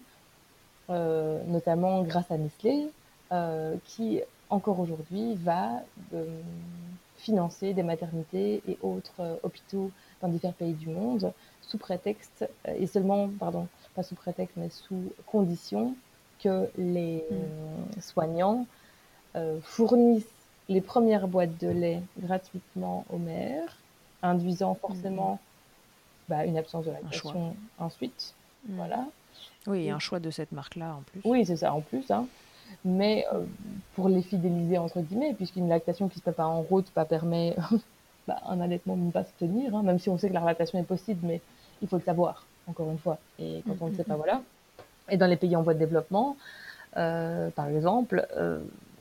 euh, notamment grâce à Nestlé, euh, qui encore aujourd'hui va euh, financer des maternités et autres euh, hôpitaux dans divers pays du monde sous prétexte, euh, et seulement, pardon, pas sous prétexte, mais sous condition que les mm, euh, soignants euh, fournissent les premières boîtes de lait gratuitement aux mères, induisant mm, mm. forcément bah, une absence de Un choix. lactation ensuite. Mm. Voilà. Oui, et Et, un choix de cette marque-là en plus. oui, c'est ça en plus, hein. Mais Mm. euh, pour les fidéliser, entre guillemets, puisqu'une lactation qui se prépare en route bah, permet bah, un allaitement de ne pas se tenir, hein, même si on sait que la lactation est possible, mais il faut le savoir, encore une fois. Et Mm, quand on ne le mm, sait pas, mm. voilà. Et dans les pays en voie de développement, euh, par exemple, euh,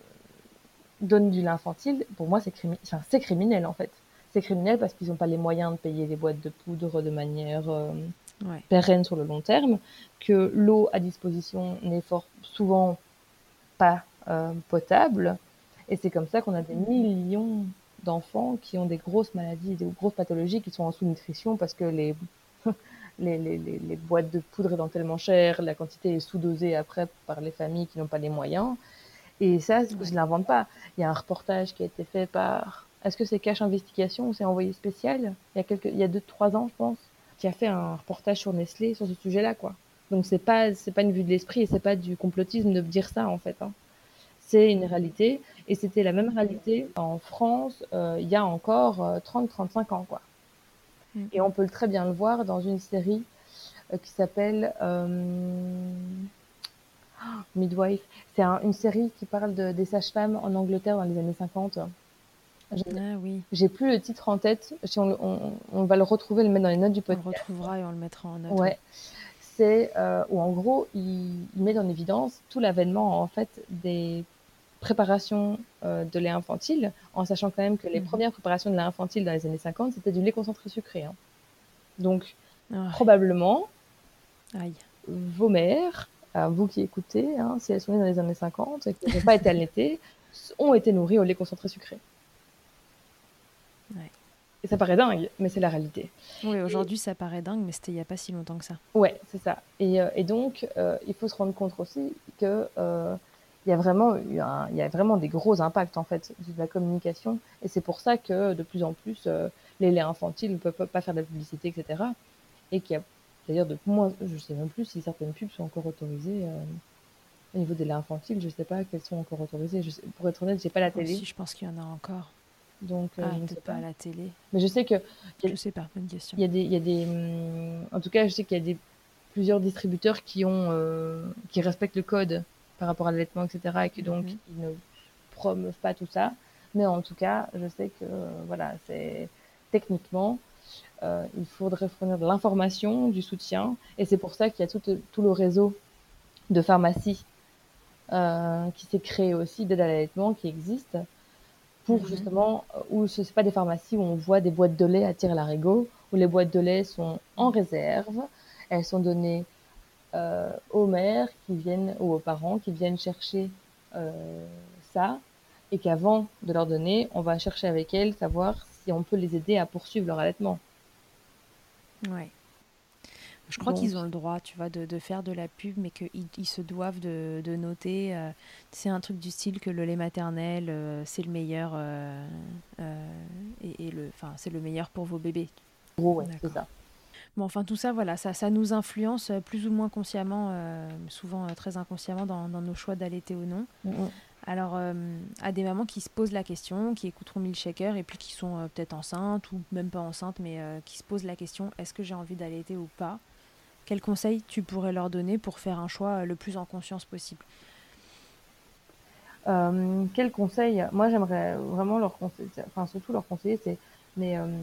donne du lait infantile, pour moi, c'est crimi- enfin, c'est criminel, en fait. C'est criminel parce qu'ils n'ont pas les moyens de payer les boîtes de poudre de manière euh, Ouais. pérenne sur le long terme, que l'eau à disposition n'est fort souvent pas euh, potable. Et c'est comme ça qu'on a des Mm, millions d'enfants qui ont des grosses maladies, des grosses pathologies, qui sont en sous-nutrition parce que les, les, les, les, les boîtes de poudre étant tellement chères, la quantité est sous-dosée après par les familles qui n'ont pas les moyens. Et ça, mm. je Ouais. ne l'invente pas. Il y a un reportage qui a été fait par... Est-ce que c'est Cache Investigation ou c'est Envoyé Spécial il y a quelques, il y a deux, trois ans, je pense, qui a fait un reportage sur Nestlé sur ce sujet-là, quoi. Donc c'est pas, c'est pas une vue de l'esprit et c'est pas du complotisme de dire ça, en fait. Hein. C'est une réalité. Et c'était la même réalité en France euh, il y a encore euh, trente à trente-cinq ans, quoi. Mm, Et on peut très bien le voir dans une série euh, qui s'appelle euh, Midwife. C'est un, une série qui parle de, des sages-femmes en Angleterre dans les années cinquante. Je- mm. Ah oui, J'ai plus le titre en tête. Si on, on, on va le retrouver, le mettre dans les notes du on le podcast. retrouvera et on le mettra en note, oui. Ouais. C'est euh, où en gros, il, il met en évidence tout l'avènement en fait des préparations euh, de lait infantile, en sachant quand même que les Mhm. premières préparations de lait infantile dans les années cinquante, c'était du lait concentré sucré. Hein. Donc, Ah, Probablement, aïe. vos mères, euh, vous qui écoutez, hein, si elles sont nées dans les années cinquante et qu'elles n'ont pas été allaitées, s- ont été nourries au lait concentré sucré. Ouais. Et ça paraît dingue, mais c'est la réalité. Oui, Et aujourd'hui, ça paraît dingue, mais c'était il n'y a pas si longtemps que ça. ouais, c'est ça. Et, euh, et donc, euh, il faut se rendre compte aussi que euh, il y a vraiment eu un, il y a vraiment des gros impacts en fait de la communication. Et c'est pour ça que de plus en plus, euh, les laits infantiles ne peuvent pas faire de la publicité, et cetera. Et qu'il y a d'ailleurs de moins, je sais même plus si certaines pubs sont encore autorisées euh, au niveau des laits infantiles. Je sais pas quelles sont encore autorisées. Je sais- pour être honnête, j'ai pas la télé, Aussi, je pense qu'il y en a encore. donc euh, Ah, je ne sais peut-être pas. pas à la télé. Mais je sais que il y Je a, sais pas, bonne question. il y a des, il y a des, hum, en tout cas, je sais qu'il y a des plusieurs distributeurs qui ont, euh, qui respectent le code par rapport à l'allaitement, et cetera, et qui donc Mhm. ils ne promeuvent pas tout ça. Mais en tout cas, je sais que euh, voilà, c'est techniquement, euh, il faudrait fournir de l'information, du soutien, et c'est pour ça qu'il y a tout, tout le réseau de pharmacies euh, qui s'est créé aussi d'aide à l'allaitement qui existe pour Mhm. justement, euh, où ce n'est pas des pharmacies où on voit des boîtes de lait à tire-larigot, où les boîtes de lait sont en réserve, elles sont données euh, aux mères qui viennent, ou aux parents qui viennent chercher euh, ça, et qu'avant de leur donner, on va chercher avec elles, savoir si on peut les aider à poursuivre leur allaitement. Ouais. Je crois Donc, qu'ils ont le droit, tu vois, de, de faire de la pub, mais qu'ils ils se doivent de, de noter. Euh, c'est un truc du style que le lait maternel, euh, c'est le meilleur, euh, euh, et, et le, enfin, c'est le meilleur pour vos bébés. gros, ouais, c'est D'accord. ça. Bon, enfin, tout ça, voilà, ça, ça nous influence euh, plus ou moins consciemment, euh, souvent euh, très inconsciemment dans, dans nos choix d'allaiter ou non. Mm, mm. Alors, euh, à des mamans qui se posent la question, qui écouteront Milkshaker et puis qui sont euh, peut-être enceintes ou même pas enceintes, mais euh, qui se posent la question, est-ce que j'ai envie d'allaiter ou pas? Quels conseils tu pourrais leur donner pour faire un choix euh, le plus en conscience possible? Euh, quel conseil? Moi, j'aimerais vraiment leur conseiller, enfin, surtout leur conseiller, c'est, mais euh,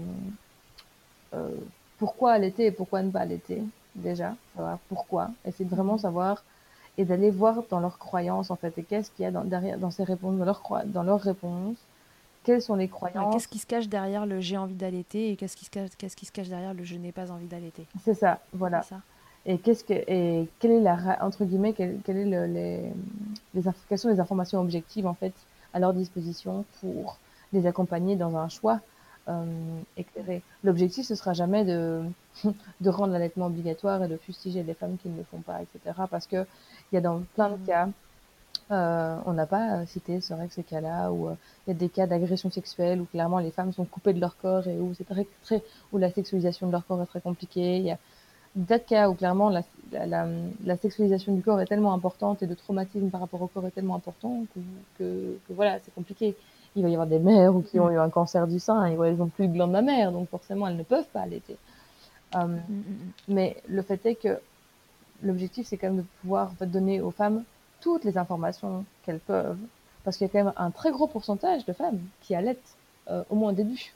euh, pourquoi allaiter et pourquoi ne pas allaiter? Déjà, savoir pourquoi. Essayer de vraiment Mhm. savoir et d'aller voir dans leurs croyances, en fait, et qu'est-ce qu'il y a dans, derrière, dans ces réponses, dans leurs, croi- dans leurs réponses, quelles sont les Ouais, qu'est-ce croyances. qui se cache derrière le j'ai envie d'allaiter et qu'est-ce qui se cache, qu'est-ce qui se cache derrière le je n'ai pas envie d'allaiter? C'est ça, C'est voilà. ça? Et qu'est-ce que, et quelle est la, ra- entre guillemets, quelle, quelle est le, les, les inf- quelles sont les informations objectives, en fait, à leur disposition pour les accompagner dans un choix euh, éclairé. L'objectif, ce sera jamais de, de rendre l'allaitement obligatoire et de fustiger les femmes qui ne le font pas, et cetera. Parce que il y a dans plein de Mhm. cas, euh, on n'a pas euh, cité, c'est vrai que ces cas-là, où euh, il y a des cas d'agression sexuelle où clairement les femmes sont coupées de leur corps et où c'est très, très, où la sexualisation de leur corps est très compliquée. Il y a d'autres cas où clairement la, la, la, la sexualisation du corps est tellement importante et le traumatisme par rapport au corps est tellement important que, que, que voilà, c'est compliqué. Il va y avoir des mères ou qui ont Mhm. eu un cancer du sein et où elles n'ont plus de glandes mammaires, donc forcément elles ne peuvent pas allaiter. Euh, Mhm. mais le fait est que l'objectif, c'est quand même de pouvoir en fait, donner aux femmes toutes les informations qu'elles peuvent, parce qu'il y a quand même un très gros pourcentage de femmes qui allaitent, euh, au moins au début,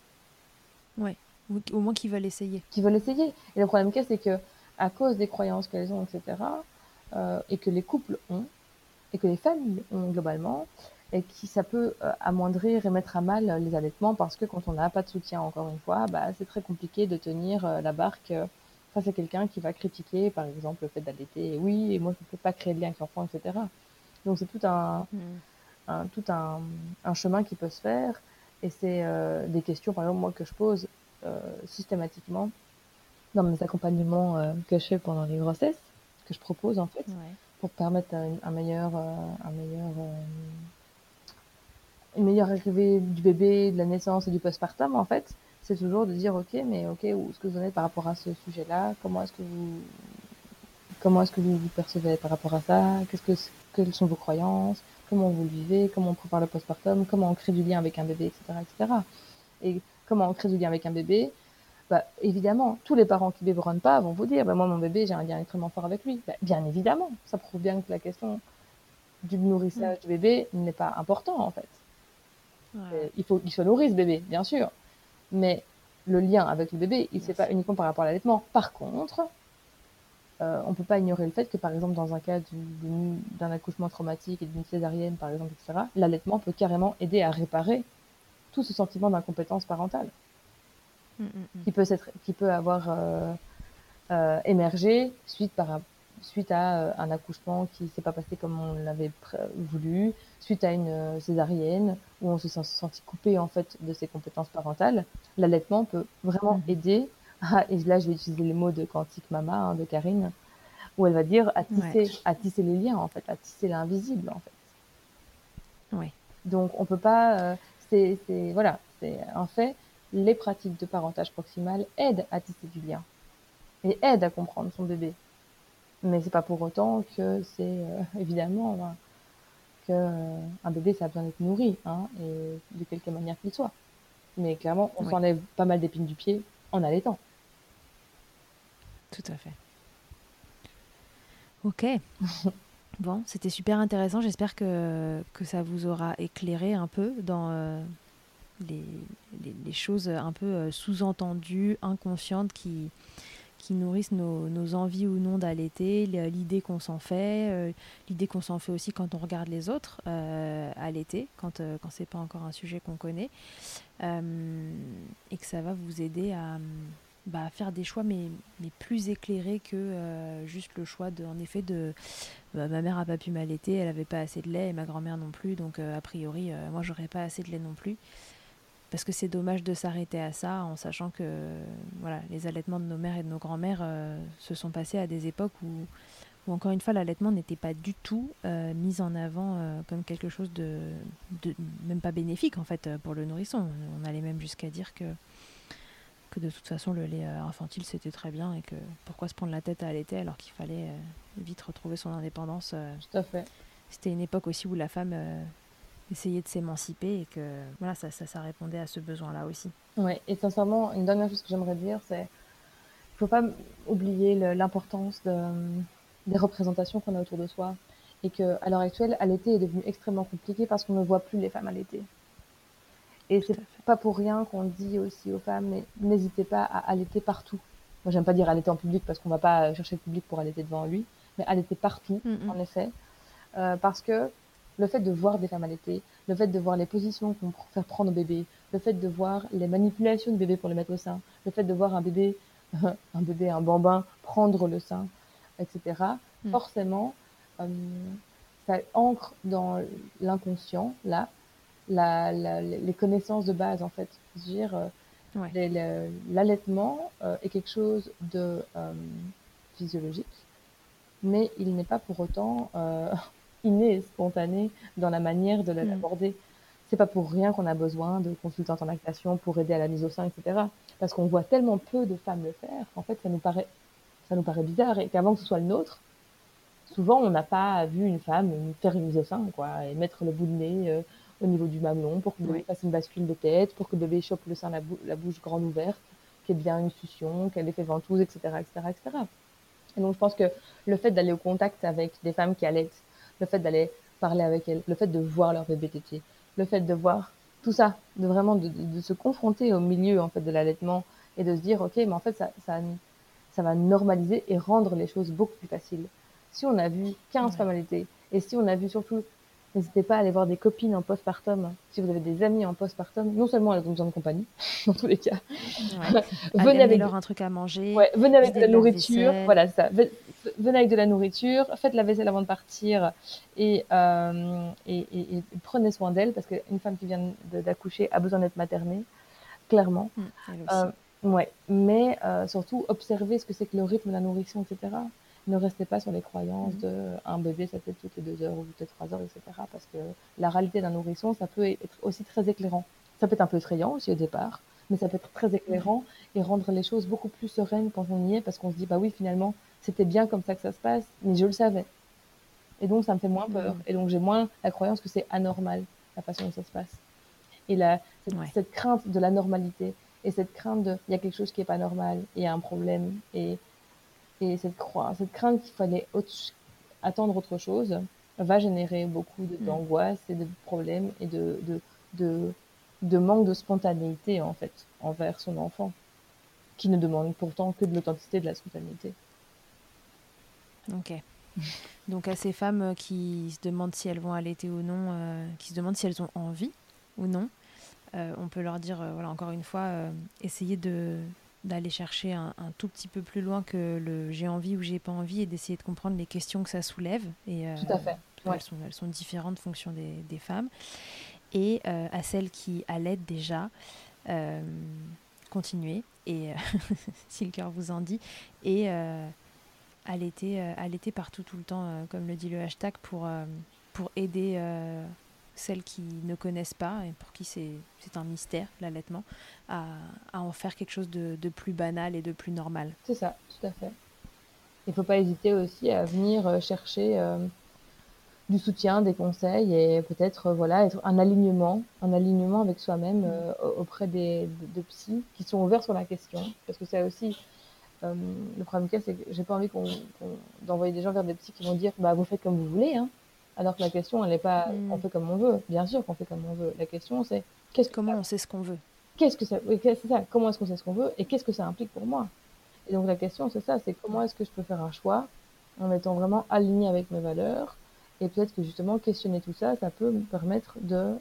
Ouais. Ou au moins qu'ils veulent essayer. qui veulent essayer. Et le problème qu'il y a, c'est que à cause des croyances qu'elles ont, et cetera, euh, et que les couples ont, et que les familles ont globalement, et qui ça peut euh, amoindrir et mettre à mal les allaitements, parce que quand on n'a pas de soutien, encore une fois, bah, c'est très compliqué de tenir euh, la barque euh, face à quelqu'un qui va critiquer, par exemple, le fait d'allaiter. Oui, et moi, je ne peux pas créer de lien avec l'enfant, et cetera. Donc c'est tout un, Mhm. un tout un, un, chemin qui peut se faire. Et c'est euh, des questions, par exemple, moi, que je pose euh, systématiquement dans mes accompagnements euh, que je fais pendant les grossesses, que je propose en fait, Ouais. pour permettre un, un meilleur, euh, un meilleur, euh, une meilleure arrivée du bébé, de la naissance et du postpartum en fait. C'est toujours de dire ok, mais ok, où est-ce que vous en êtes par rapport à ce sujet-là? Comment est-ce que vous, comment est-ce que vous vous percevez par rapport à ça? Qu'est-ce que, quelles sont vos croyances? Comment vous le vivez? Comment on prépare le postpartum? Comment on crée du lien avec un bébé, et cetera, et cetera. Et comment on crée du lien avec un bébé? Bah, évidemment, tous les parents qui biberonnent pas vont vous dire, bah, moi, mon bébé, j'ai un lien extrêmement fort avec lui. Bah, bien évidemment, ça prouve bien que la question du Mhm. nourrissage du bébé n'est pas important, en fait. Ouais, Euh, ouais. il faut qu'il soit nourri, ce bébé, bien sûr. Mais le lien avec le bébé, il ne se Bien fait pas sûr. uniquement par rapport à l'allaitement. Par contre, euh, on ne peut pas ignorer le fait que, par exemple, dans un cas du, d'un accouchement traumatique et d'une césarienne, par exemple, et cetera, l'allaitement peut carrément aider à réparer tout ce sentiment d'incompétence parentale Mhm. qui peut, être, qui peut avoir... Euh, euh, émerger suite, par un, suite à euh, un accouchement qui ne s'est pas passé comme on l'avait pr- voulu, suite à une euh, césarienne, où on se sent senti coupé en fait de ses compétences parentales. L'allaitement peut vraiment Mhm. aider, à, et là je vais utiliser les mots de Quantique Mama, hein, de Karine, où elle va dire à Ouais, tisser, à tisser les liens en fait, à tisser l'invisible en fait. ouais, Donc on peut pas, euh, c'est, c'est, voilà, c'est un fait, les pratiques de parentage proximal aident à tisser du lien et aident à comprendre son bébé. Mais c'est pas pour autant que c'est euh, évidemment ben, que euh, un bébé ça a besoin d'être nourri, hein, et de quelque manière qu'il soit. Mais clairement, on ouais, s'enlève pas mal d'épines du pied en allaitant. tout à fait. Ok. Bon, c'était super intéressant. J'espère que, que ça vous aura éclairé un peu dans euh, les, les, les choses un peu euh, sous-entendues, inconscientes qui, qui nourrissent nos, nos envies ou non d'allaiter, l'idée qu'on s'en fait, euh, l'idée qu'on s'en fait aussi quand on regarde les autres euh, allaiter, quand, euh, quand c'est pas encore un sujet qu'on connaît, euh, et que ça va vous aider à, bah, à faire des choix mais, mais plus éclairés que euh, juste le choix de, en effet de bah, ma mère a pas pu m'allaiter, elle avait pas assez de lait et ma grand-mère non plus, donc euh, a priori euh, moi j'aurais pas assez de lait non plus. Parce que c'est dommage de s'arrêter à ça en sachant que voilà, les allaitements de nos mères et de nos grands-mères euh, se sont passés à des époques où, où encore une fois l'allaitement n'était pas du tout euh, mis en avant euh, comme quelque chose de, de même pas bénéfique en fait pour le nourrisson. On allait même jusqu'à dire que, que de toute façon le lait euh, infantile c'était très bien et que pourquoi se prendre la tête à allaiter alors qu'il fallait euh, vite retrouver son indépendance. Euh, Tout à fait. c'était une époque aussi où la femme euh, essayait de s'émanciper et que voilà ça, ça, ça répondait à ce besoin-là aussi. Ouais. Et sincèrement, une dernière chose que j'aimerais dire, c'est il faut pas oublier le, l'importance de, des représentations qu'on a autour de soi. Et qu'à l'heure actuelle, allaiter est devenu extrêmement compliqué parce qu'on ne voit plus les femmes allaiter. Et c'est Tout à fait. pas pour rien qu'on dit aussi aux femmes, mais n'hésitez pas à allaiter partout. Moi, j'aime pas dire allaiter en public parce qu'on va pas chercher le public pour allaiter devant lui, mais allaiter partout, Mm-mm. en effet. Euh, parce que le fait de voir des femmes allaiter, le fait de voir les positions qu'on peut faire prendre au bébé, le fait de voir les manipulations de bébé pour le mettre au sein, le fait de voir un bébé, un bébé, un bambin prendre le sein, et cetera. Mm. Forcément, euh, ça ancre dans l'inconscient, là, la, la, les connaissances de base, en fait. Je veux dire, euh, Ouais. les- le- l'allaitement euh, est quelque chose de euh, physiologique, mais il n'est pas pour autant euh, inné, spontané dans la manière de Mm. l'aborder. C'est pas pour rien qu'on a besoin de consultantes en lactation pour aider à la mise au sein, et cetera. Parce qu'on voit tellement peu de femmes le faire qu'en fait, ça nous paraît, ça nous paraît bizarre et qu'avant que ce soit le nôtre, souvent, on n'a pas vu une femme faire une mise au sein, quoi, et mettre le bout de nez euh, au niveau du mamelon pour que le bébé Ouais. fasse une bascule de tête, pour que le bébé chope le sein, la, bou- la bouche grande ouverte, qu'il y ait bien une succion, qu'elle ait fait ventouse, et cetera, et cetera, et cetera. Et donc, je pense que le fait d'aller au contact avec des femmes qui allaitent, le fait d'aller parler avec elles, le fait de voir leur bébé téter, le fait de voir tout ça, de vraiment de, de, de se confronter au milieu en fait de l'allaitement et de se dire ok, mais en fait ça, ça, ça va normaliser et rendre les choses beaucoup plus faciles. Si on a vu quinze Ouais. femmes allaiter et si on a vu surtout, n'hésitez pas à aller voir des copines en postpartum. Si vous avez des amis en postpartum, non seulement elles ont besoin de compagnie, dans tous les cas, Ouais. venez avec Amenez-leur un truc à manger, Ouais, venez avec de videz la le nourriture, lave-vaisselle. voilà, c'est ça. Venez avec de la nourriture, faites la vaisselle avant de partir et, euh, et, et, et prenez soin d'elle parce qu'une femme qui vient de- d'accoucher a besoin d'être maternée, clairement. Mm. Elle Euh, aussi. ouais, mais euh, surtout observez ce que c'est que le rythme de la nourrition, et cetera. Ne restez pas sur les croyances Mm. de un bébé ça fait toutes les deux heures ou toutes les trois heures, et cetera. Parce que la réalité d'un nourrisson, ça peut être aussi très éclairant. Ça peut être un peu effrayant aussi au départ, mais ça peut être très Ouais. éclairant et rendre les choses beaucoup plus sereines quand on y est, parce qu'on se dit bah oui finalement c'était bien comme ça que ça se passe, mais je le savais. Et donc ça me fait moins peur. Mm. Et donc j'ai moins la croyance que c'est anormal la façon dont ça se passe. Et la, cette, Ouais. cette crainte de la normalité et cette crainte de il y a quelque chose qui est pas normal, et il y a un problème et et cette, croix, cette crainte qu'il fallait autre, attendre autre chose va générer beaucoup de, Mm. d'angoisse et de problèmes et de, de, de, de manque de spontanéité en fait envers son enfant, qui ne demande pourtant que de l'authenticité et de la spontanéité. Ok. Donc à ces femmes euh, qui se demandent si elles vont allaiter ou non, euh, qui se demandent si elles ont envie ou non, euh, on peut leur dire, euh, voilà, encore une fois, euh, essayez de, d'aller chercher un, un tout petit peu plus loin que le j'ai envie ou j'ai pas envie et d'essayer de comprendre les questions que ça soulève. Et, euh, Tout à fait. Ouais. elles, sont, elles sont différentes en fonction des, des femmes. Et euh, à celles qui allaitent déjà, euh, continuez, et euh, si le cœur vous en dit, et euh, allaiter, euh, allaiter partout tout le temps, euh, comme le dit le hashtag, pour, euh, pour aider euh, celles qui ne connaissent pas et pour qui c'est, c'est un mystère, l'allaitement, à, à en faire quelque chose de, de plus banal et de plus normal. C'est ça, tout à fait. Il ne faut pas hésiter aussi à venir euh, chercher euh, du soutien, des conseils et peut-être euh, voilà, être un alignement, un alignement avec soi-même euh, auprès des, de, de psys qui sont ouverts sur la question. Parce que ça aussi, euh, le problème qu'il y a, c'est que j'ai pas envie qu'on, qu'on, d'envoyer des gens vers des psys qui vont dire bah, vous faites comme vous voulez, hein. Alors que la question, elle n'est pas mm. on fait comme on veut. Bien sûr qu'on fait comme on veut. La question, c'est qu'est-ce que comment ça, on sait ce qu'on veut. Qu'est-ce que ça, oui, c'est ça. Comment est-ce qu'on sait ce qu'on veut et qu'est-ce que ça implique pour moi. Et donc la question, c'est ça, c'est comment est-ce que je peux faire un choix en étant vraiment aligné avec mes valeurs. Et peut-être que justement, questionner tout ça, ça peut me permettre de, euh,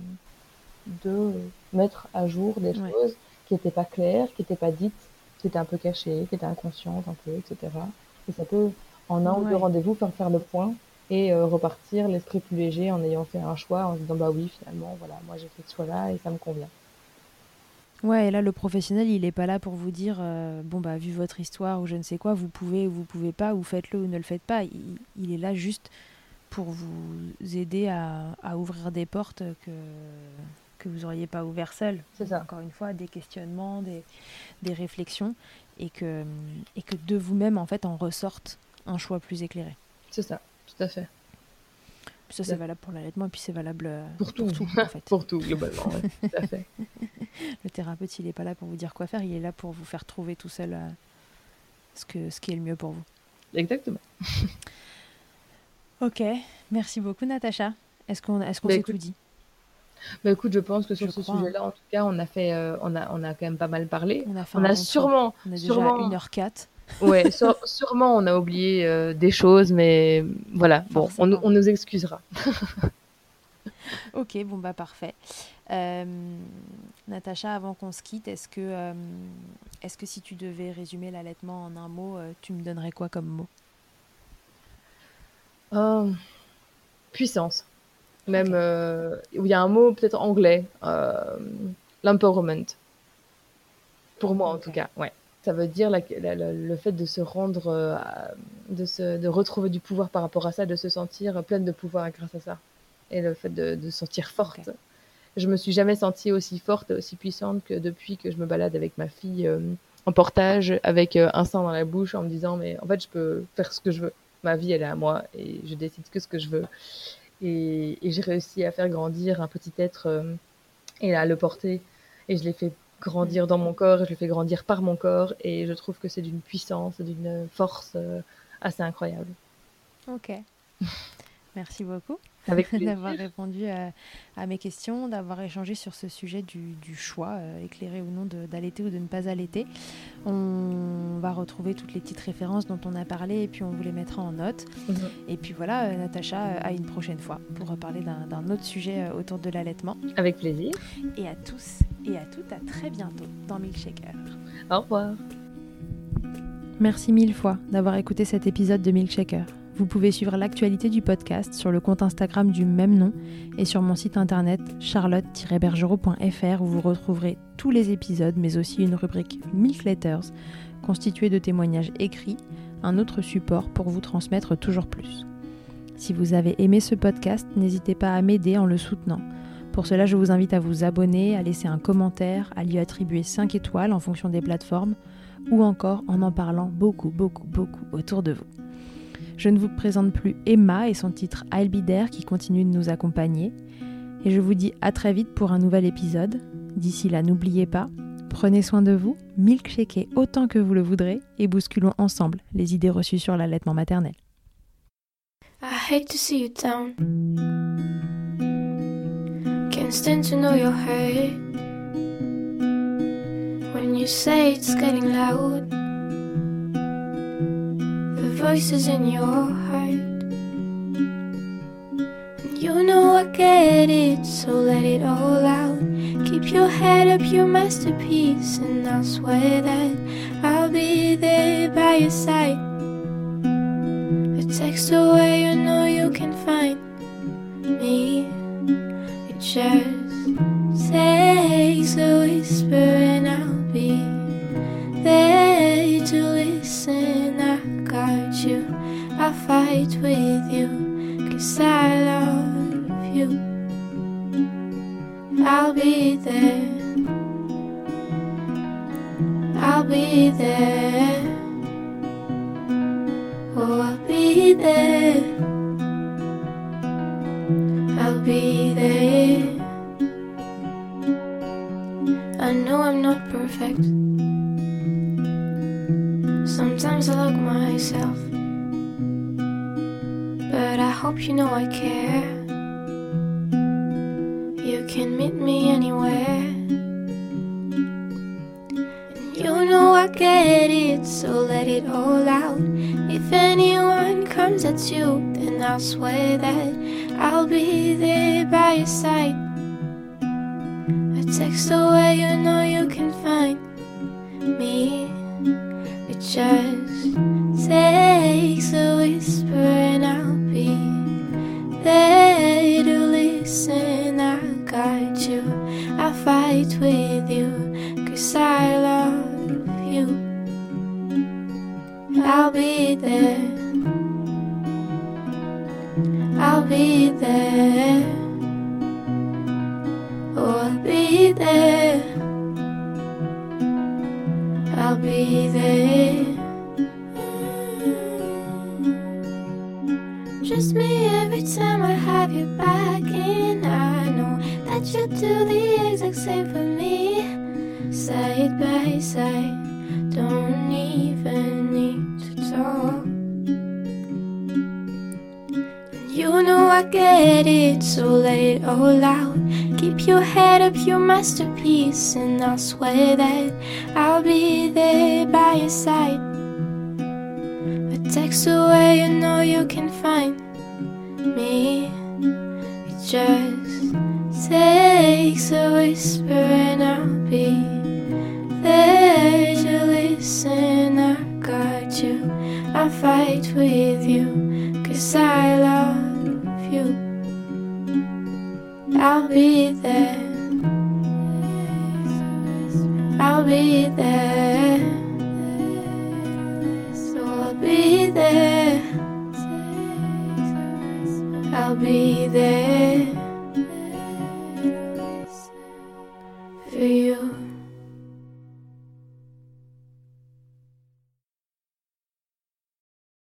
de mettre à jour des ouais. choses qui n'étaient pas claires, qui n'étaient pas dites, qui étaient un peu cachées, qui étaient inconscientes un peu, et cetera. Et ça peut, en un ouais. ou deux rendez-vous, faire faire le point et euh, repartir l'esprit plus léger en ayant fait un choix, en se disant bah oui, finalement, voilà, moi j'ai fait ce choix-là et ça me convient. Ouais, et là, le professionnel, il n'est pas là pour vous dire, euh, bon, bah, vu votre histoire ou je ne sais quoi, vous pouvez ou vous pouvez pas, ou faites-le ou ne le faites pas. Il, il est là juste pour vous aider à, à ouvrir des portes que, que vous n'auriez pas ouvertes seul. C'est ça. Encore une fois, des questionnements, des, des réflexions, et que, et que de vous-même, en fait, en ressorte un choix plus éclairé. C'est ça, tout à fait. Ça, c'est valable pour l'allaitement, et puis c'est valable pour, pour tout, tout, en fait. Pour tout, globalement, ouais, tout à fait. Le thérapeute, il n'est pas là pour vous dire quoi faire, il est là pour vous faire trouver tout seul euh, ce, que, ce qui est le mieux pour vous. Exactement. Ok, merci beaucoup Natacha. Est-ce qu'on, est-ce qu'on bah, s'est écoute, tout dit bah, écoute, je pense que sur je ce crois, sujet-là, hein. En tout cas, on a, fait, euh, on, a, on a quand même pas mal parlé. On a, fait on a sûrement... On a déjà sûrement... une heure quatre. Ouais, sur, sûrement on a oublié euh, des choses, mais voilà, bon, on, on nous excusera. Ok, bon bah parfait. Euh, Natacha, avant qu'on se quitte, est-ce que, euh, est-ce que si tu devais résumer l'allaitement en un mot, euh, tu me donnerais quoi comme mot ? euh, Puissance. Même, okay. euh, il y a un mot peut-être anglais, euh, l'empowerment. Pour moi, okay. en tout cas, ouais. Ça veut dire la, la, la, le fait de se rendre, euh, de, se, de retrouver du pouvoir par rapport à ça, de se sentir pleine de pouvoir grâce à ça. Et le fait de, de se sentir forte. Okay. Je me suis jamais sentie aussi forte, aussi puissante que depuis que je me balade avec ma fille euh, en portage, avec euh, un sein dans la bouche, en me disant mais en fait je peux faire ce que je veux. Ma vie elle est à moi et je décide que ce que je veux. Et, et j'ai réussi à faire grandir un petit être euh, et à le porter. Et je l'ai fait grandir dans mon corps, et je le fais grandir par mon corps. Et je trouve que c'est d'une puissance, d'une force euh, assez incroyable. Ok. Merci beaucoup. Avec d'avoir répondu à, à mes questions, d'avoir échangé sur ce sujet du, du choix, euh, éclairé ou non, de, d'allaiter ou de ne pas allaiter. On va retrouver toutes les petites références dont on a parlé et puis on vous les mettra en note. Mm-hmm. Et puis voilà, euh, Natacha, euh, à une prochaine fois pour reparler d'un, d'un autre sujet euh, autour de l'allaitement. Avec plaisir. Et à tous et à toutes, à très bientôt dans Milkshaker. Au revoir. Merci mille fois d'avoir écouté cet épisode de Milkshaker. Vous pouvez suivre l'actualité du podcast sur le compte Instagram du même nom et sur mon site internet charlotte tiret bergerot point f r où vous retrouverez tous les épisodes mais aussi une rubrique Milk Letters constituée de témoignages écrits, un autre support pour vous transmettre toujours plus. Si vous avez aimé ce podcast, n'hésitez pas à m'aider en le soutenant. Pour cela, je vous invite à vous abonner, à laisser un commentaire, à lui attribuer cinq étoiles en fonction des plateformes ou encore en en parlant beaucoup, beaucoup, beaucoup autour de vous. Je ne vous présente plus Emma et son titre I'll Be There qui continue de nous accompagner. Et je vous dis à très vite pour un nouvel épisode. D'ici là, n'oubliez pas, prenez soin de vous, milkshakez autant que vous le voudrez et bousculons ensemble les idées reçues sur l'allaitement maternel. I hate to see you down. Can't stand to know your hate. When you say it's getting loud. Voices in your heart, and you know I get it, so let it all out. Keep your head up, your masterpiece, and I'll swear that I'll be there by your side. A text away, you know you can find me. It just takes a whisper and I'll be there to listen. I got you, I'll fight with you, 'cause I love you. I'll be there, I'll be there, oh I'll be there, I'll be there. I know I'm not perfect, sometimes I look myself, but I hope you know I care. You can meet me anywhere, and you know I get it, so let it all out. If anyone comes at you, then I'll swear that I'll be there by your side. A text away, you know you can find me. It just takes a whisper and I'll be there to listen. I got you, I'll fight with you, 'cause I love you. I'll be there, I'll be there, oh I'll be there, I'll be there. Trust me every time I have you back, and I know that you do the exact same for me. Side by side, don't even need to talk. You know I get it, so let it all out. Keep your head up, your masterpiece, and I'll swear that I'll be there by your side. A text away, you know you can find me. It just takes a whisper and I'll be there to listen. I got you, I'll fight with you, 'cause I love you. I'll be there, I'll be there, so I'll be there, I'll be there.